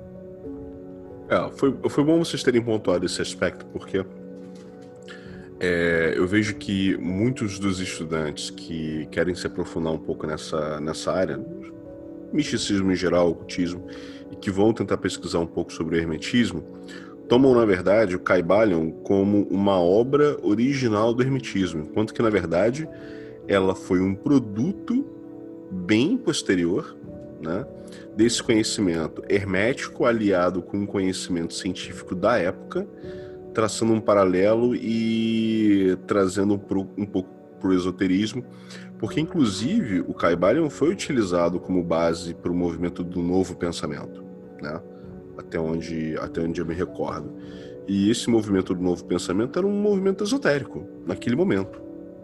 Foi bom vocês terem pontuado esse aspecto, porque eu vejo que muitos dos estudantes que querem se aprofundar um pouco nessa área, misticismo em geral, ocultismo, e que vão tentar pesquisar um pouco sobre o hermetismo, tomam, na verdade, o Kybalion como uma obra original do hermetismo, enquanto que, na verdade, ela foi um produto bem posterior, né, desse conhecimento hermético aliado com um conhecimento científico da época, traçando um paralelo e trazendo um pouco para o esoterismo, porque, inclusive, o Kybalion foi utilizado como base para o movimento do novo pensamento, né? Até onde eu me recordo. E esse movimento do novo pensamento era um movimento esotérico, naquele momento.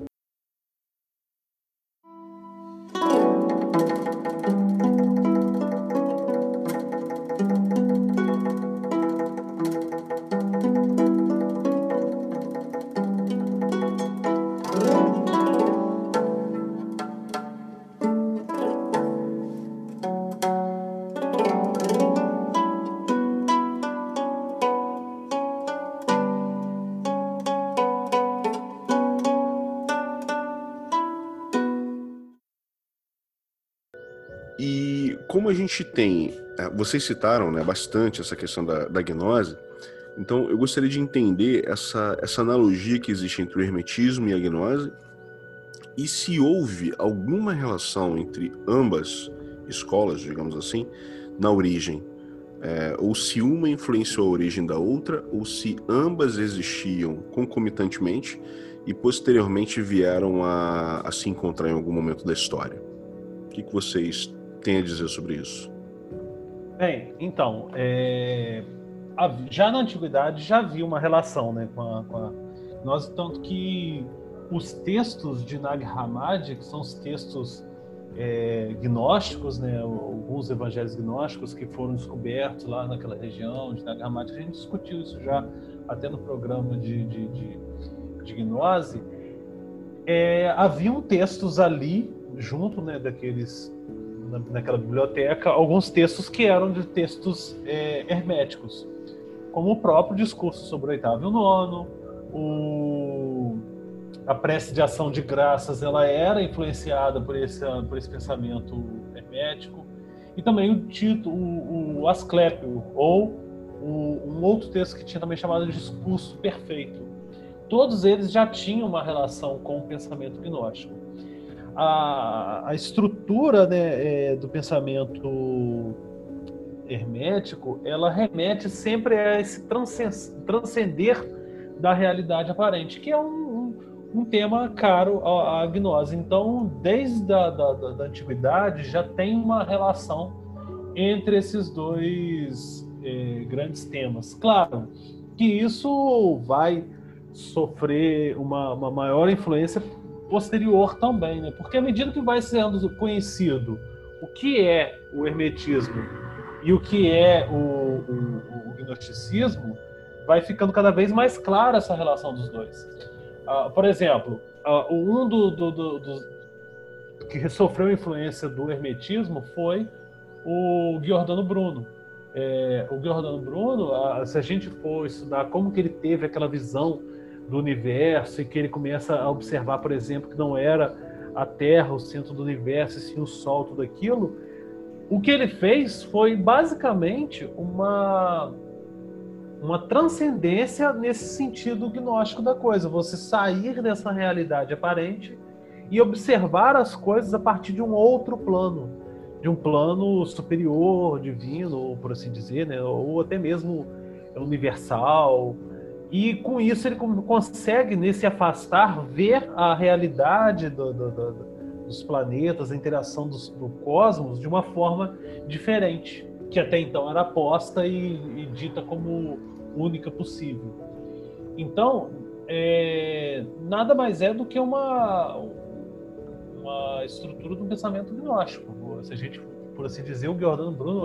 E como a gente tem, vocês citaram, né, bastante essa questão da gnose, então eu gostaria de entender essa analogia que existe entre o hermetismo e a gnose, e se houve alguma relação entre ambas escolas, digamos assim, na origem, ou se uma influenciou a origem da outra, ou se ambas existiam concomitantemente e posteriormente vieram a se encontrar em algum momento da história. O que vocês têm a dizer sobre isso? Bem, então, já na antiguidade já havia uma relação, né, com a nós, tanto que os textos de Nag Hammadi, que são os textos gnósticos, né, alguns evangelhos gnósticos que foram descobertos lá naquela região de Nag Hammadi, a gente discutiu isso já até no programa de gnose, haviam textos ali junto, né, naquela biblioteca, alguns textos que eram de textos herméticos, como o próprio discurso sobre o oitavo e o nono, a prece de ação de graças, ela era influenciada por esse pensamento hermético, e também o título, o Asclépio, ou um outro texto que tinha também chamado de discurso perfeito. Todos eles já tinham uma relação com o pensamento gnóstico. A estrutura, né, do pensamento hermético, ela remete sempre a esse transcender da realidade aparente, que é um tema caro à gnose. Então, desde a da antiguidade, já tem uma relação entre esses dois grandes temas. Claro que isso vai sofrer uma maior influência posterior também, né? Porque à medida que vai sendo conhecido o que é o hermetismo e o que é o gnosticismo, vai ficando cada vez mais clara essa relação dos dois. Por exemplo, dos que sofreu influência do hermetismo foi o Giordano Bruno. O Giordano Bruno, se a gente for estudar como que ele teve aquela visão do universo e que ele começa a observar, por exemplo, que não era a Terra o centro do universo, e sim o Sol, tudo aquilo, o que ele fez foi basicamente uma transcendência nesse sentido gnóstico da coisa, você sair dessa realidade aparente e observar as coisas a partir de um outro plano, de um plano superior, divino, por assim dizer, né? Ou até mesmo universal. E com isso ele consegue, nesse afastar, ver a realidade dos planetas, a interação do cosmos de uma forma diferente, que até então era posta e dita como única possível. Então, nada mais é do que uma estrutura do pensamento gnóstico. Se a gente, por assim dizer, o Giordano Bruno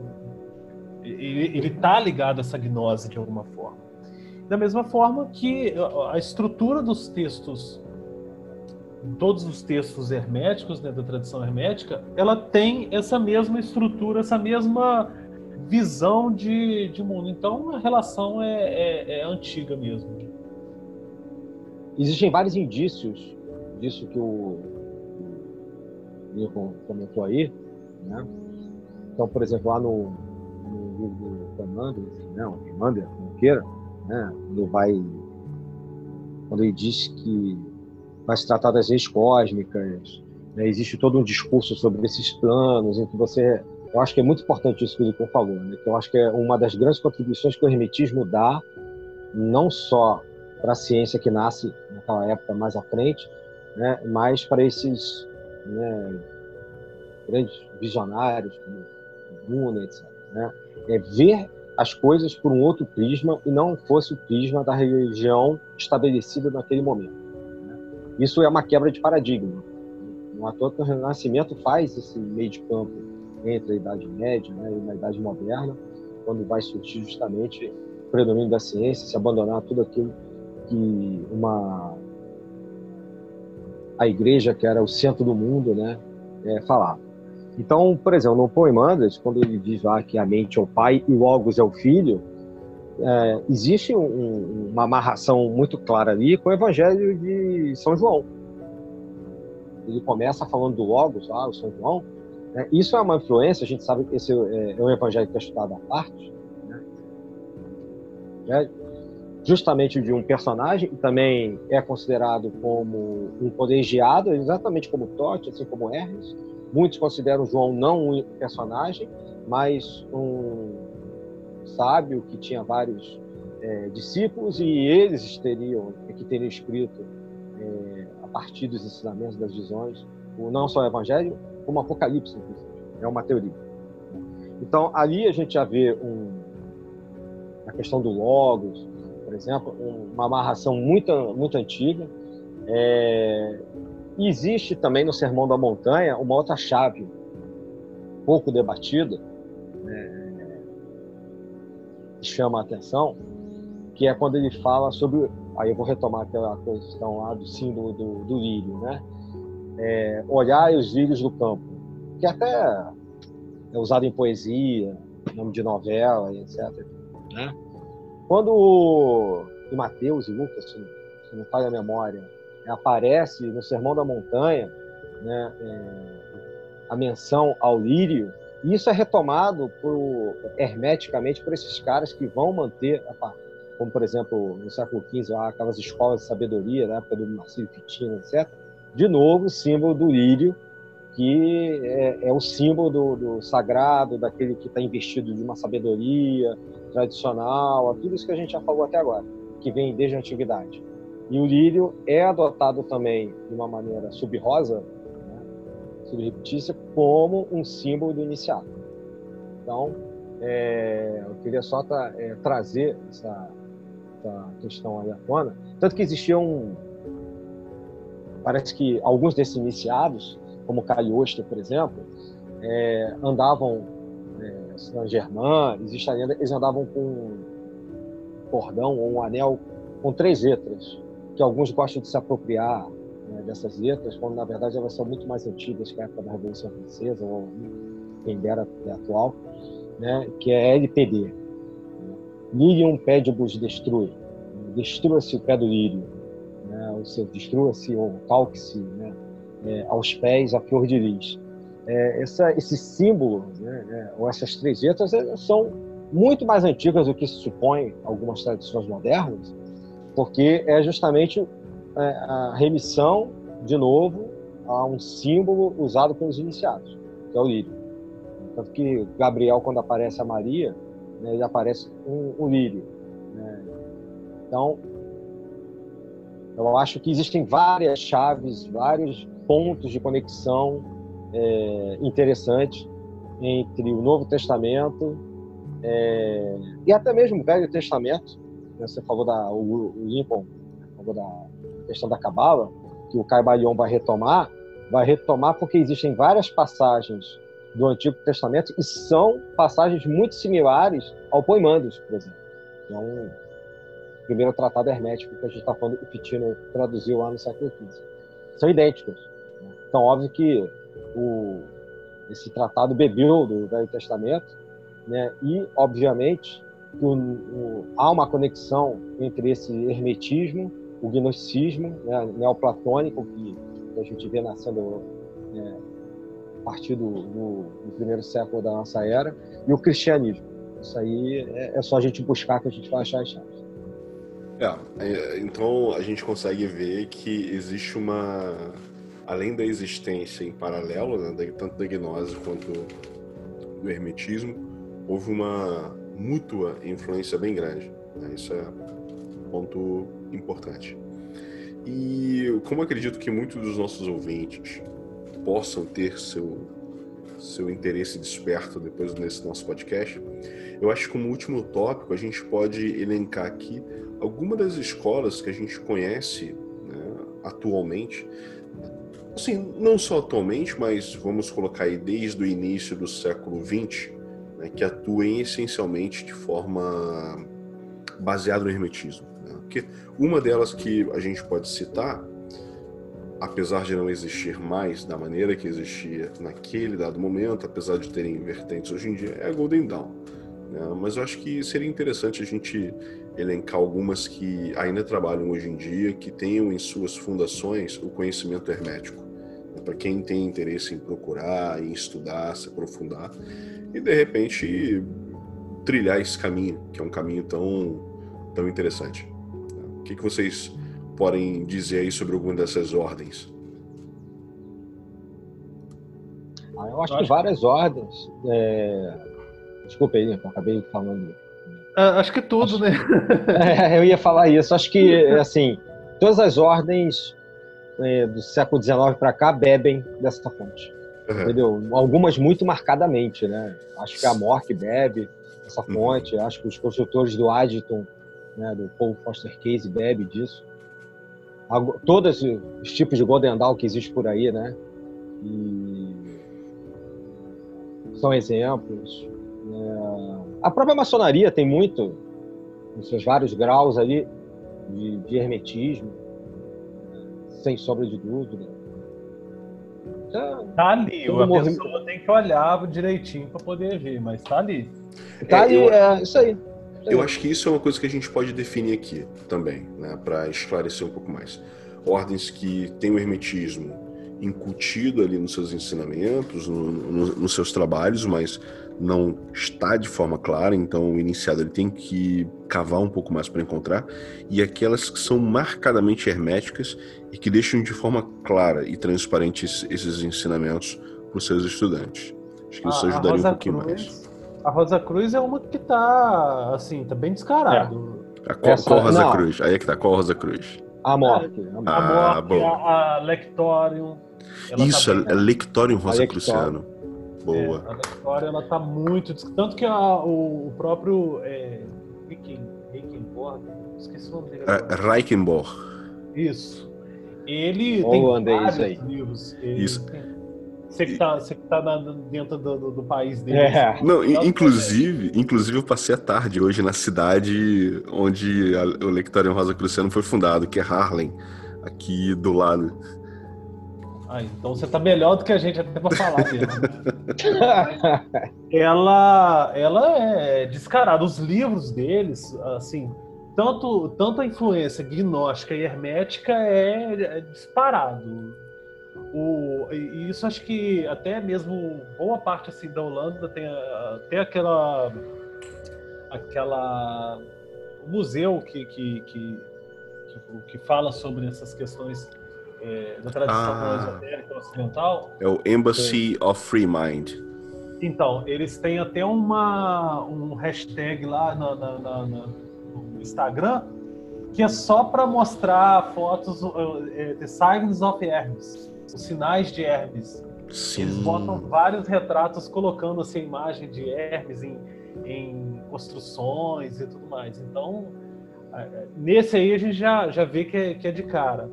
ele está ligado a essa gnose de alguma forma. Da mesma forma que a estrutura dos textos, todos os textos herméticos, né, da tradição hermética, ela tem essa mesma estrutura, essa mesma visão de mundo. Então a relação é antiga mesmo. Existem vários indícios disso que o Lincoln comentou aí, né? Então, por exemplo, lá no livro do Commander, como queira, né? Quando ele diz que vai se tratar das leis cósmicas, né? Existe todo um discurso sobre esses planos, em que eu acho que é muito importante isso que o Lincoln falou, né? Que eu acho que é uma das grandes contribuições que o hermetismo dá, não só para a ciência que nasce naquela época mais à frente, né? Mas para esses, né, grandes visionários como Luna, etc., né? Ver as coisas por um outro prisma e não fosse o prisma da religião estabelecida naquele momento, né? Isso é uma quebra de paradigma. Não à toa que o Renascimento faz esse meio de campo entre a Idade Média, né, e a Idade Moderna, quando vai surgir justamente o predomínio da ciência, se abandonar tudo aquilo que a Igreja, que era o centro do mundo, né, falava. Então, por exemplo, no Poemandres, quando ele diz lá que a mente é o pai e o Logos é o filho, existe uma amarração muito clara ali com o Evangelho de São João. Ele começa falando do Logos, o São João, né? Isso é uma influência, a gente sabe que esse é um Evangelho que é estudado à parte, né? Justamente de um personagem, que também é considerado como um colegiado, exatamente como Tote, assim como Hermes. Muitos consideram João não um personagem, mas um sábio que tinha vários discípulos, e eles teriam escrito a partir dos ensinamentos, das visões, não só o Evangelho, como o Apocalipse, inclusive. É uma teoria. Então, ali a gente já vê a questão do Logos, por exemplo, uma amarração muito, muito antiga. E existe também no Sermão da Montanha uma outra chave, pouco debatida, né, que chama a atenção, que é quando ele fala sobre... Aí eu vou retomar aquela questão lá do símbolo do lírio, né? Olhar os lírios do campo, que até é usado em poesia, nome de novela, e etc., né? Quando em Mateus e Lucas, se não falha a memória, aparece no Sermão da Montanha, né, a menção ao lírio, e isso é retomado hermeticamente por esses caras que vão manter, como por exemplo no século XV, aquelas escolas de sabedoria, na época do Marcílio Fitino, etc. De novo, o símbolo do lírio, que é o símbolo do sagrado, daquele que está investido de uma sabedoria tradicional, tudo isso que a gente já falou até agora, que vem desde a antiguidade. E o lírio é adotado também de uma maneira sub-rosa, né, subreptícia, como um símbolo do iniciado. Então, eu queria só trazer essa questão aí à tona. Tanto que existiam, parece que alguns desses iniciados, como Cagliostro, por exemplo, andavam Saint-Germain, existe a lenda, eles andavam com um cordão ou um anel com 3 letras, que alguns gostam de se apropriar, né, dessas letras, quando na verdade elas são muito mais antigas que a época da Revolução Francesa, ou quem dera é atual, né, que é LPD. Né? Lirium pedibus destrui. Destrua-se o pé do lírio. Né? O seu destrua-se ou calque-se, né, aos pés a flor de lis. Esse símbolo, né, ou essas 3 letras, são muito mais antigas do que se supõe algumas tradições modernas, porque é justamente a remissão, de novo, a um símbolo usado pelos iniciados, que é o lírio. Tanto que Gabriel, quando aparece a Maria, né, ele aparece um lírio. Né? Então, eu acho que existem várias chaves, vários pontos de conexão interessantes entre o Novo Testamento e até mesmo o Velho Testamento. Você falou o Lincoln falou da questão da Cabala, que o Caibalion vai retomar porque existem várias passagens do Antigo Testamento e são passagens muito similares ao Poimandos, por exemplo. Então, o primeiro tratado hermético que a gente está falando, o Pitino traduziu lá no século XV. São idênticos. Então, óbvio que esse tratado bebeu do Velho Testamento, né? E, obviamente, há uma conexão entre esse hermetismo, o gnosticismo, né, neoplatônico, que a gente vê nascendo a partir do primeiro século da nossa era, e o cristianismo. Isso aí é só a gente buscar que a gente vai achar as chaves. Então a gente consegue ver que existe além da existência em paralelo, né, tanto da gnose quanto do hermetismo, houve uma mútua influência bem grande. Né? Isso é um ponto importante. E como acredito que muitos dos nossos ouvintes possam ter seu interesse desperto depois desse nosso podcast, eu acho que como último tópico a gente pode elencar aqui algumas das escolas que a gente conhece, né, atualmente, assim, não só atualmente, mas vamos colocar aí desde o início do século XX, né, que atuem essencialmente de forma baseada no hermetismo. Né? Porque uma delas que a gente pode citar, apesar de não existir mais da maneira que existia naquele dado momento, apesar de terem vertentes hoje em dia, é a Golden Dawn. Né? Mas eu acho que seria interessante a gente elencar algumas que ainda trabalham hoje em dia, que tenham em suas fundações o conhecimento hermético. Né? Para quem tem interesse em procurar, em estudar, se aprofundar, e de repente trilhar esse caminho, que é um caminho tão interessante. Né? O que vocês podem dizer aí sobre alguma dessas ordens? Eu acho que várias ordens. Desculpa aí, eu acabei falando. Acho que tudo, né? Eu ia falar isso. Acho que, assim, todas as ordens do século XIX para cá bebem dessa fonte. Uhum. Entendeu? Algumas muito marcadamente, né? Acho que a Mork bebe dessa fonte. Uhum. Acho que os construtores do Addington, né, do Paul Foster Case, bebe disso. Todos os tipos de Golden Dawn que existem por aí, né? E são exemplos. A própria maçonaria tem muito, nos seus vários graus ali, de hermetismo, sem sombra de dúvida. Tá ali, a pessoa tem que olhar direitinho para poder ver, mas tá ali. Tá ali, isso aí. Eu acho que isso é uma coisa que a gente pode definir aqui também, né, para esclarecer um pouco mais. Ordens que têm o hermetismo incutido ali nos seus ensinamentos, nos seus trabalhos, mas não está de forma clara, então o iniciado ele tem que cavar um pouco mais para encontrar, e aquelas que são marcadamente herméticas e que deixam de forma clara e transparente esses ensinamentos para os seus estudantes. Acho que isso ajudaria um pouquinho mais. A Rosa Cruz é uma que tá, assim, tá bem descarado. Qual Rosa Cruz? Aí é que tá, qual Rosa Cruz? A Mork. A Lectorium. Isso, a Lectorium Rosacruciano. Boa. A Lectorium, ela tá muito... Tanto que o próprio Reichenborg, esqueci o nome dele agora. Reichenborg. Isso. Ele tem vários livros. Isso. Você que tá dentro do país dele. É. Não, inclusive eu passei a tarde hoje na cidade onde o Lectorium Rosacruciano foi fundado, que é Harlem, aqui do lado. Ah, então você tá melhor do que a gente até pra falar mesmo. Ela é descarada. Os livros deles, assim, tanto a influência gnóstica e hermética é disparado. E isso acho que até mesmo boa parte assim da Holanda tem até aquela museu que fala sobre essas questões da tradição esotérica ocidental. É o Embassy of Free Mind. Então, eles têm até um hashtag lá no Instagram que é só para mostrar fotos The Signs of Hermes, os sinais de Hermes. Sim. Eles botam vários retratos colocando assim, a imagem de Hermes em construções e tudo mais. Então, nesse aí a gente já vê que é de cara.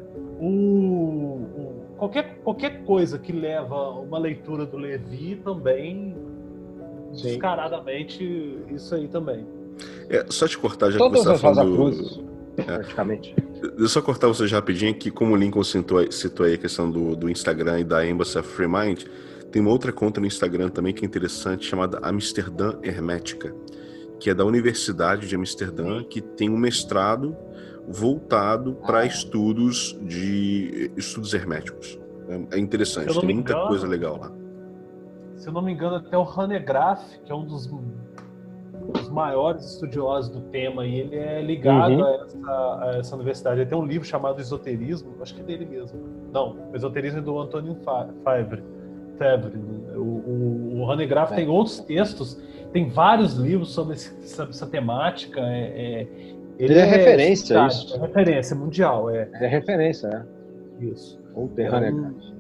Qualquer coisa que leva uma leitura do Levi também, Sim. Descaradamente, isso aí também. Só te cortar, já Todas que você as está falando... Rosacruzes, praticamente. Deixa eu só cortar você já rapidinho aqui, como o Lincoln citou aí a questão do Instagram e da Embassy of Free Mind, tem uma outra conta no Instagram também que é interessante, chamada Amsterdã Hermética, que é da Universidade de Amsterdã, que tem um mestrado voltado para estudos herméticos. É interessante, tem muita coisa legal lá. Se eu não me engano, até o Hanegraaff, que é um dos maiores estudiosos do tema, e ele é ligado a essa universidade. Ele tem um livro chamado Esoterismo, acho que é dele mesmo. Não, o Esoterismo é do Antônio Febvre. O Hanegraaff tem outros textos, tem vários livros sobre essa temática. Ele é referência, isso. É referência mundial. É referência, Isso. Ou tem Hanegraaff.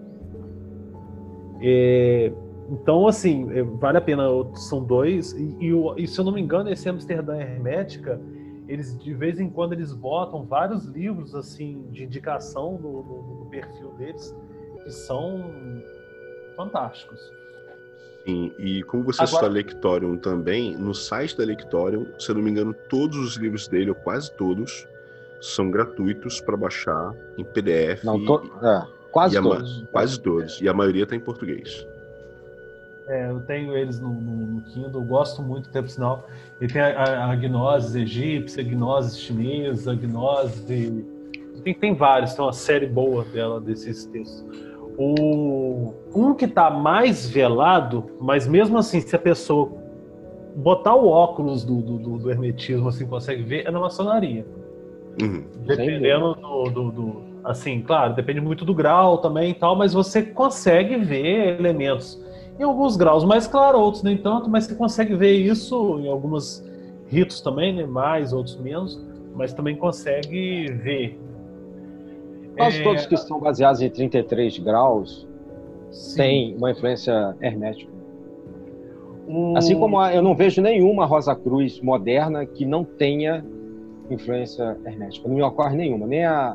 Então, assim, vale a pena. São dois. E se eu não me engano, esse Amsterdã Hermética, eles de vez em quando eles botam vários livros assim de indicação no perfil deles que são fantásticos. Sim, e como você citou a Lectorium também, no site da Lectorium, se eu não me engano, todos os livros dele, ou quase todos, são gratuitos para baixar em PDF. Quase todos. Quase todos. E a maioria está em português. Eu tenho eles no Kindle, gosto muito, por sinal. E tem a gnose egípcia, a gnose chinesa, a gnose... Tem vários, tem uma série boa dela, desses textos. Um que está mais velado, mas mesmo assim, se a pessoa botar o óculos do hermetismo, assim, consegue ver, é na maçonaria. Dependendo assim, claro, depende muito do grau também e tal, mas você consegue ver elementos em alguns graus mais claros, outros nem tanto, mas você consegue ver isso em alguns ritos também, né? Mais, outros menos, mas também consegue ver. Quase todos que estão baseados em 33 graus têm uma influência hermética. Assim como eu não vejo nenhuma Rosacruz moderna que não tenha influência hermética. Não me ocorre nenhuma, nem a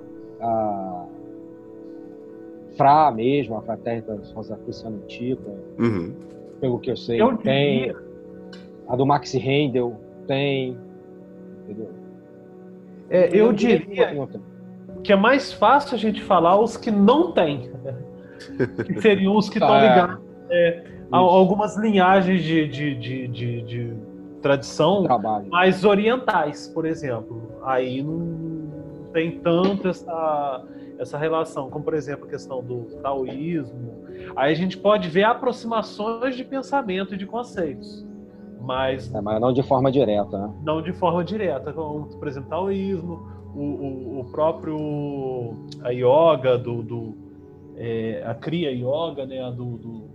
Fra mesmo, a Fraternitas Rosacruciana Antiga, pelo que eu sei, tem. A do Max Rendel tem. Entendeu? Eu diria que é mais fácil a gente falar os que não tem, que seriam os que estão ligados a algumas linhagens de tradição mais orientais, por exemplo. Aí não tem tanto essa relação, como por exemplo a questão do taoísmo. Aí a gente pode ver aproximações de pensamento e de conceitos, mas não de forma direta, né? Não de forma direta, como por exemplo taoísmo, o próprio a yoga a Kriya Yoga, né, do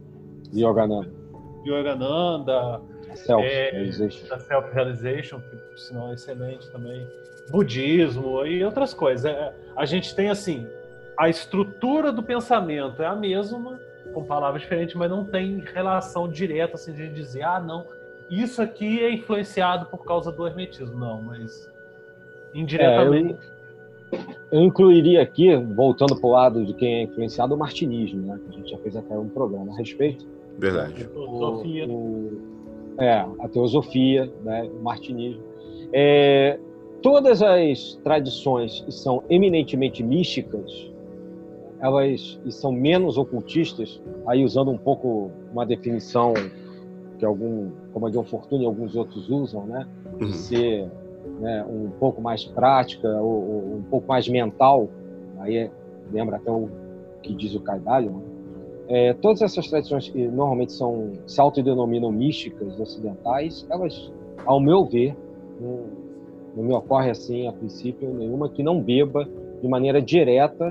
Yogananda, a Self-Realization, que por sinal é excelente também, budismo e outras coisas. A gente tem assim, a estrutura do pensamento é a mesma, com palavras diferentes, mas não tem relação direta assim, de dizer, não, isso aqui é influenciado por causa do hermetismo. Não, mas indiretamente. Eu incluiria aqui, voltando para o lado de quem é influenciado, o martinismo, né? Que a gente já fez até um programa a respeito. Verdade. A teosofia, né? O martinismo. Todas as tradições que são eminentemente místicas, elas são menos ocultistas, aí usando um pouco uma definição que como a John Fortune e alguns outros usam, né? De ser, né, um pouco mais prática, ou um pouco mais mental, aí lembra até o que diz o Caidalho, né? Todas essas tradições que normalmente se autodenominam místicas ocidentais, elas, ao meu ver, não me ocorre assim, a princípio, nenhuma que não beba de maneira direta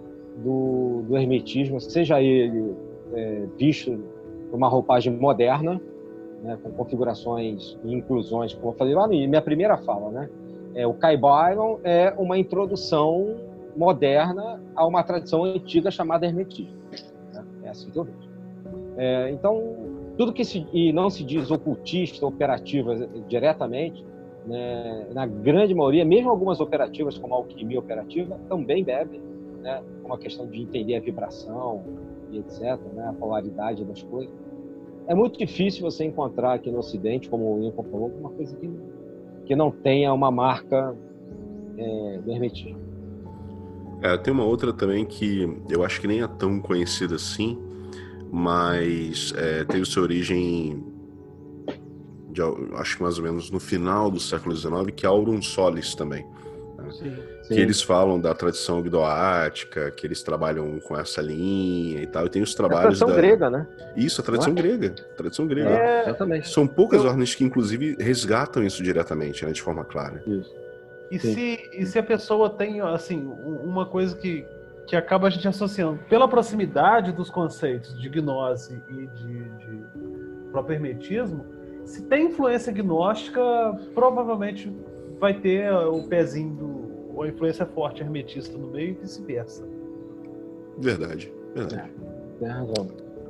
do hermetismo, seja ele visto por uma roupagem moderna, né, com configurações e inclusões, como eu falei lá na minha primeira fala, né? O Caibalion é uma introdução moderna a uma tradição antiga chamada hermetismo. Né? É assim que eu vejo. Então, tudo que não se diz ocultista, operativa diretamente, né, na grande maioria, mesmo algumas operativas, como a alquimia operativa, também bebem, né, uma questão de entender a vibração e etc., né, a polaridade das coisas. É muito difícil você encontrar aqui no Ocidente, como o Lincoln falou, uma coisa que não tenha uma marca do hermetismo. Tem uma outra também que eu acho que nem é tão conhecida assim, mas teve sua origem, acho que mais ou menos no final do século XIX, que é Aurum Solis também. Né? Sim. Que eles falam da tradição agnoática, que eles trabalham com essa linha e tal, e tem os trabalhos a tradição grega, né? Isso, a tradição grega. Tradição grega. Exatamente. São poucas ordens que, inclusive, resgatam isso diretamente, né, de forma clara. Isso. E se a pessoa tem, assim, uma coisa que acaba a gente associando, pela proximidade dos conceitos de gnose e de próprio hermetismo, se tem influência gnóstica, provavelmente vai ter o pezinho ou a influência forte hermetista no meio e vice-versa. Verdade. Tem razão.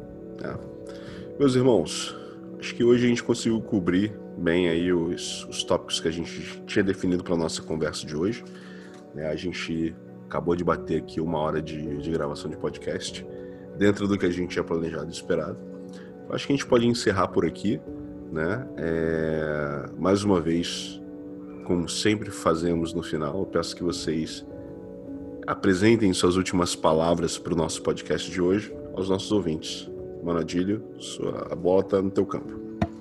Meus irmãos, acho que hoje a gente conseguiu cobrir bem aí os tópicos que a gente tinha definido para a nossa conversa de hoje. A gente acabou de bater aqui 1 hora de gravação de podcast, dentro do que a gente tinha planejado e esperado. Acho que a gente pode encerrar por aqui, né? Mais uma vez, como sempre fazemos no final, eu peço que vocês apresentem suas últimas palavras para o nosso podcast de hoje aos nossos ouvintes. Mano Adílio, a bola está no teu campo.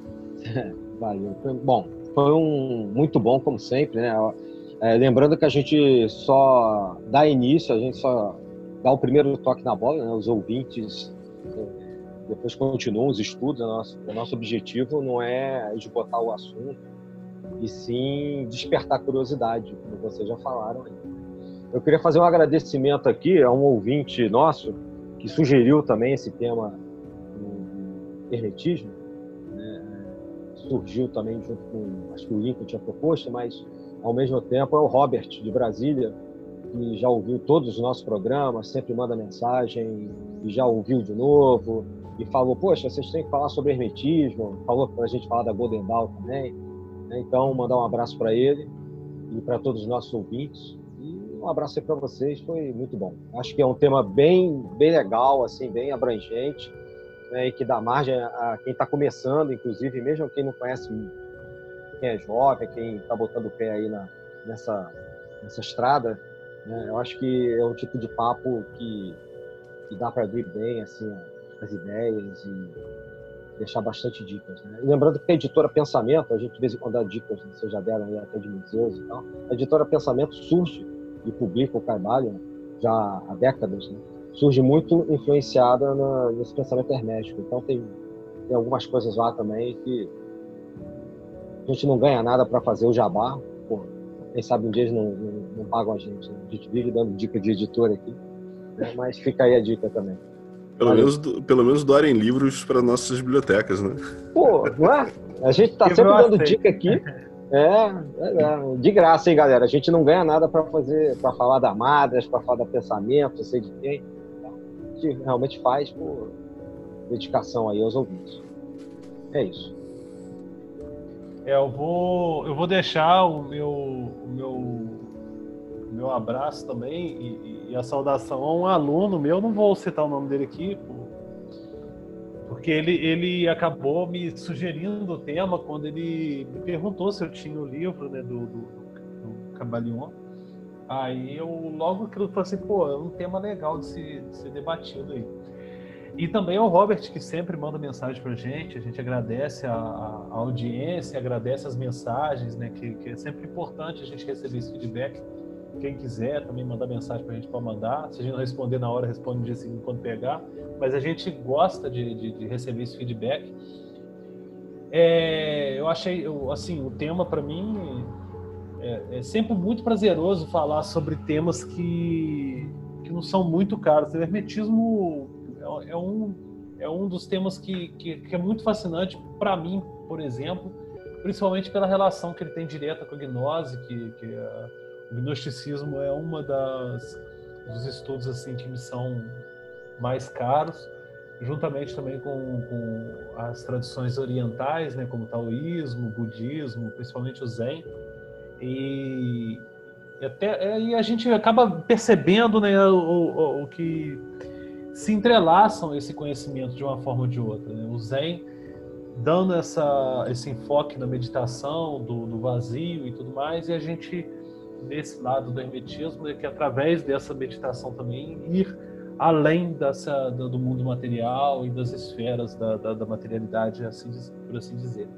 Valeu. Bom, foi muito bom, como sempre, né? Lembrando que a gente só dá início, a gente só dá o primeiro toque na bola, né? Os ouvintes depois continuam os estudos. O nosso objetivo não é esgotar o assunto, e sim despertar curiosidade, como vocês já falaram aí. Eu queria fazer um agradecimento aqui a um ouvinte nosso que sugeriu também esse tema do hermetismo, né? Surgiu também junto com, acho que o Lincoln tinha proposto, mas ao mesmo tempo é o Robert de Brasília, que já ouviu todos os nossos programas, sempre manda mensagem e já ouviu de novo e falou, poxa, vocês têm que falar sobre hermetismo, falou para a gente falar da Golden Dawn também, né? Então mandar um abraço para ele e para todos os nossos ouvintes. Um abraço aí para vocês, foi muito bom. Acho que é um tema bem legal, assim, bem abrangente, né, e que dá margem a quem está começando, inclusive, mesmo quem não conhece, quem é jovem, quem está botando o pé aí nessa estrada, né, eu acho que é um tipo de papo que dá para abrir bem assim, as ideias e deixar bastante dicas. Né? Lembrando que a editora Pensamento, a gente de vez em quando dá dicas, vocês já deram aí até de museus e tal, a editora Pensamento surge e publica o Caibalion já há décadas, né? Surge muito influenciada nesse pensamento hermético. Então tem algumas coisas lá também que a gente não ganha nada para fazer o jabá. Pô, quem sabe um dia eles não pagam a gente. Né? A gente vive dando dica de editora aqui, né? Mas fica aí a dica também. Pelo menos doarem livros para nossas bibliotecas, né? Pô, não é? A gente está sempre dando dica aqui. De graça, hein, galera? A gente não ganha nada para falar da Madras, para falar da Pensamento, não sei de quem. A gente realmente faz por dedicação aí aos ouvintes. É isso. Eu vou deixar o meu meu abraço também e a saudação a um aluno meu, não vou citar o nome dele aqui, porque ele acabou me sugerindo o tema quando ele me perguntou se eu tinha o livro, né, do Cabaglione. Aí eu logo falei assim, pô, é um tema legal de ser debatido aí. E também ao Robert, que sempre manda mensagem pra gente, a gente agradece a audiência, agradece as mensagens, né, que é sempre importante a gente receber esse feedback. Quem quiser também mandar mensagem pra gente, pode mandar. Se a gente não responder na hora, responde no dia seguinte quando pegar. Mas a gente gosta de receber esse feedback. Eu achei, assim, o tema para mim é sempre muito prazeroso falar sobre temas que não são muito caros. O hermetismo é um dos temas que é muito fascinante para mim, por exemplo, principalmente pela relação que ele tem direta com a gnose, o gnosticismo é uma dos estudos assim que me são mais caros, juntamente também com as tradições orientais, né, como o taoísmo, o budismo, principalmente o Zen, e a gente acaba percebendo, né, o que se entrelaçam esse conhecimento de uma forma ou de outra, né? O Zen dando esse enfoque na meditação do vazio e tudo mais, e a gente nesse lado do hermetismo, é que através dessa meditação também ir além do mundo material e das esferas da materialidade, por assim dizer.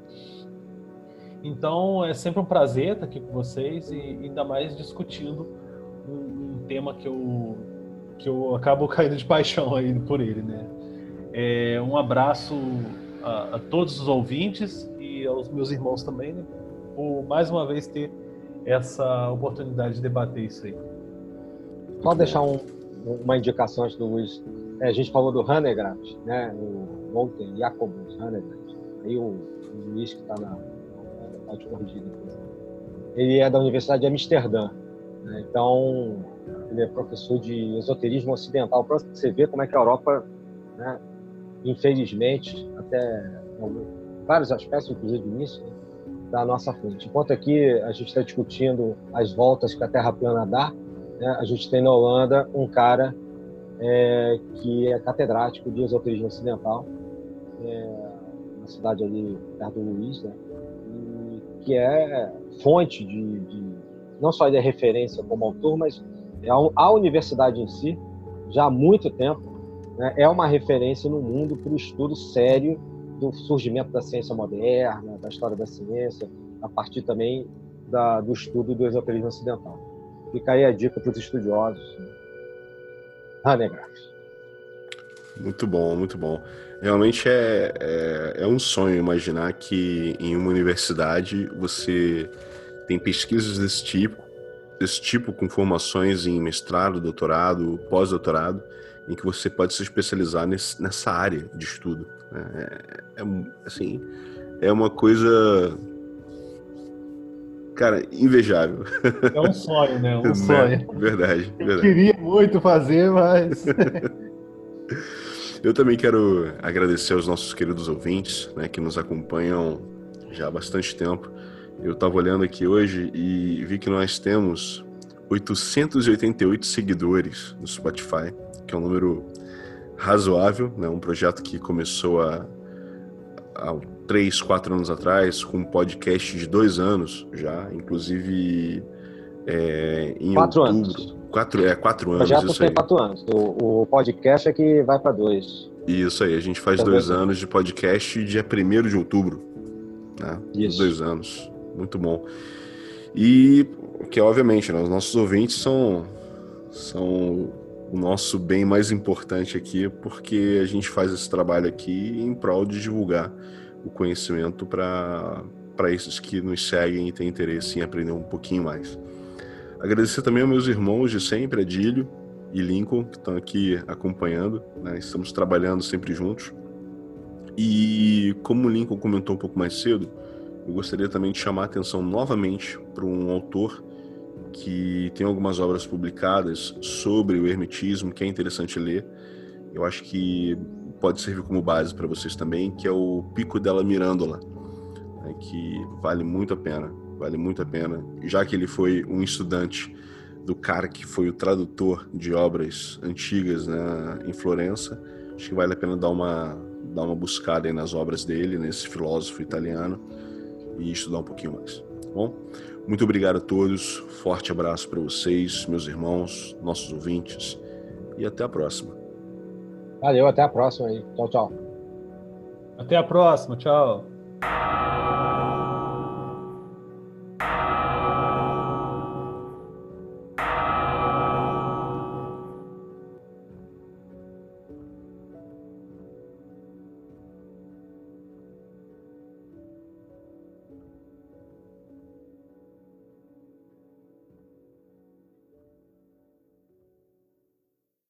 Então é sempre um prazer estar aqui com vocês e ainda mais discutindo um tema que eu acabo caindo de paixão aí por ele, né? Um abraço a todos os ouvintes e aos meus irmãos também, né? Por mais uma vez ter essa oportunidade de debater isso aí. Só deixar uma indicação antes do Luiz. A gente falou do Hanegraaff, né? O Walter Jacobus Hanegraaff. Aí o Luiz, que está pode corrigir depois. Ele é da Universidade de Amsterdã, né? Então ele é professor de esoterismo ocidental, para você ver como é que a Europa, né, infelizmente, até em vários aspectos, inclusive nisso, está à nossa frente. Enquanto aqui a gente está discutindo as voltas que a Terra plana dá, né, a gente tem na Holanda um cara que é catedrático de esoterismo ocidental, na cidade ali perto do Luiz, né, e que é fonte não só de referência como autor, mas a universidade em si, já há muito tempo, né, é uma referência no mundo para o estudo sério do surgimento da ciência moderna, da história da ciência, a partir também do estudo do esoterismo ocidental. Fica aí a dica para os estudiosos. Hanegraaff. Muito bom, muito bom. Realmente é um sonho imaginar que em uma universidade você tem pesquisas desse tipo com formações em mestrado, doutorado, pós-doutorado, em que você pode se especializar nessa área de estudo. Assim, é uma coisa, cara, invejável. É um sonho, né? Um sonho. Verdade. Eu queria muito fazer, mas... Eu também quero agradecer aos nossos queridos ouvintes, né, que nos acompanham já há bastante tempo. Eu estava olhando aqui hoje e vi que nós temos 888 seguidores no Spotify, que é um número razoável, né? Um projeto que começou há 3, 4 anos atrás, com um podcast de 2 anos já, inclusive em 4 outubro. anos. 4 anos. O projeto isso tem aí. 4 anos. O podcast é que vai para 2. Isso aí, a gente faz 2 anos de podcast dia 1º de outubro. Né? Isso. 2 anos. Muito bom. E que obviamente, né, os nossos ouvintes são o nosso bem mais importante aqui, porque a gente faz esse trabalho aqui em prol de divulgar o conhecimento para esses que nos seguem e têm interesse em aprender um pouquinho mais. Agradecer também aos meus irmãos de sempre, Adílio e Lincoln, que estão aqui acompanhando, né? Estamos trabalhando sempre juntos. E como o Lincoln comentou um pouco mais cedo, eu gostaria também de chamar a atenção novamente para um autor que tem algumas obras publicadas sobre o hermetismo, que é interessante ler. Eu acho que pode servir como base para vocês também, que é o Pico della Mirandola, né, que vale muito a pena, já que ele foi um estudante do cara que foi o tradutor de obras antigas, né, em Florença. Acho que vale a pena dar uma buscada aí nas obras dele, nesse filósofo italiano, e estudar um pouquinho mais. Tá bom? Muito obrigado a todos, forte abraço para vocês, meus irmãos, nossos ouvintes, e até a próxima. Valeu, até a próxima aí. Tchau, tchau. Até a próxima, tchau.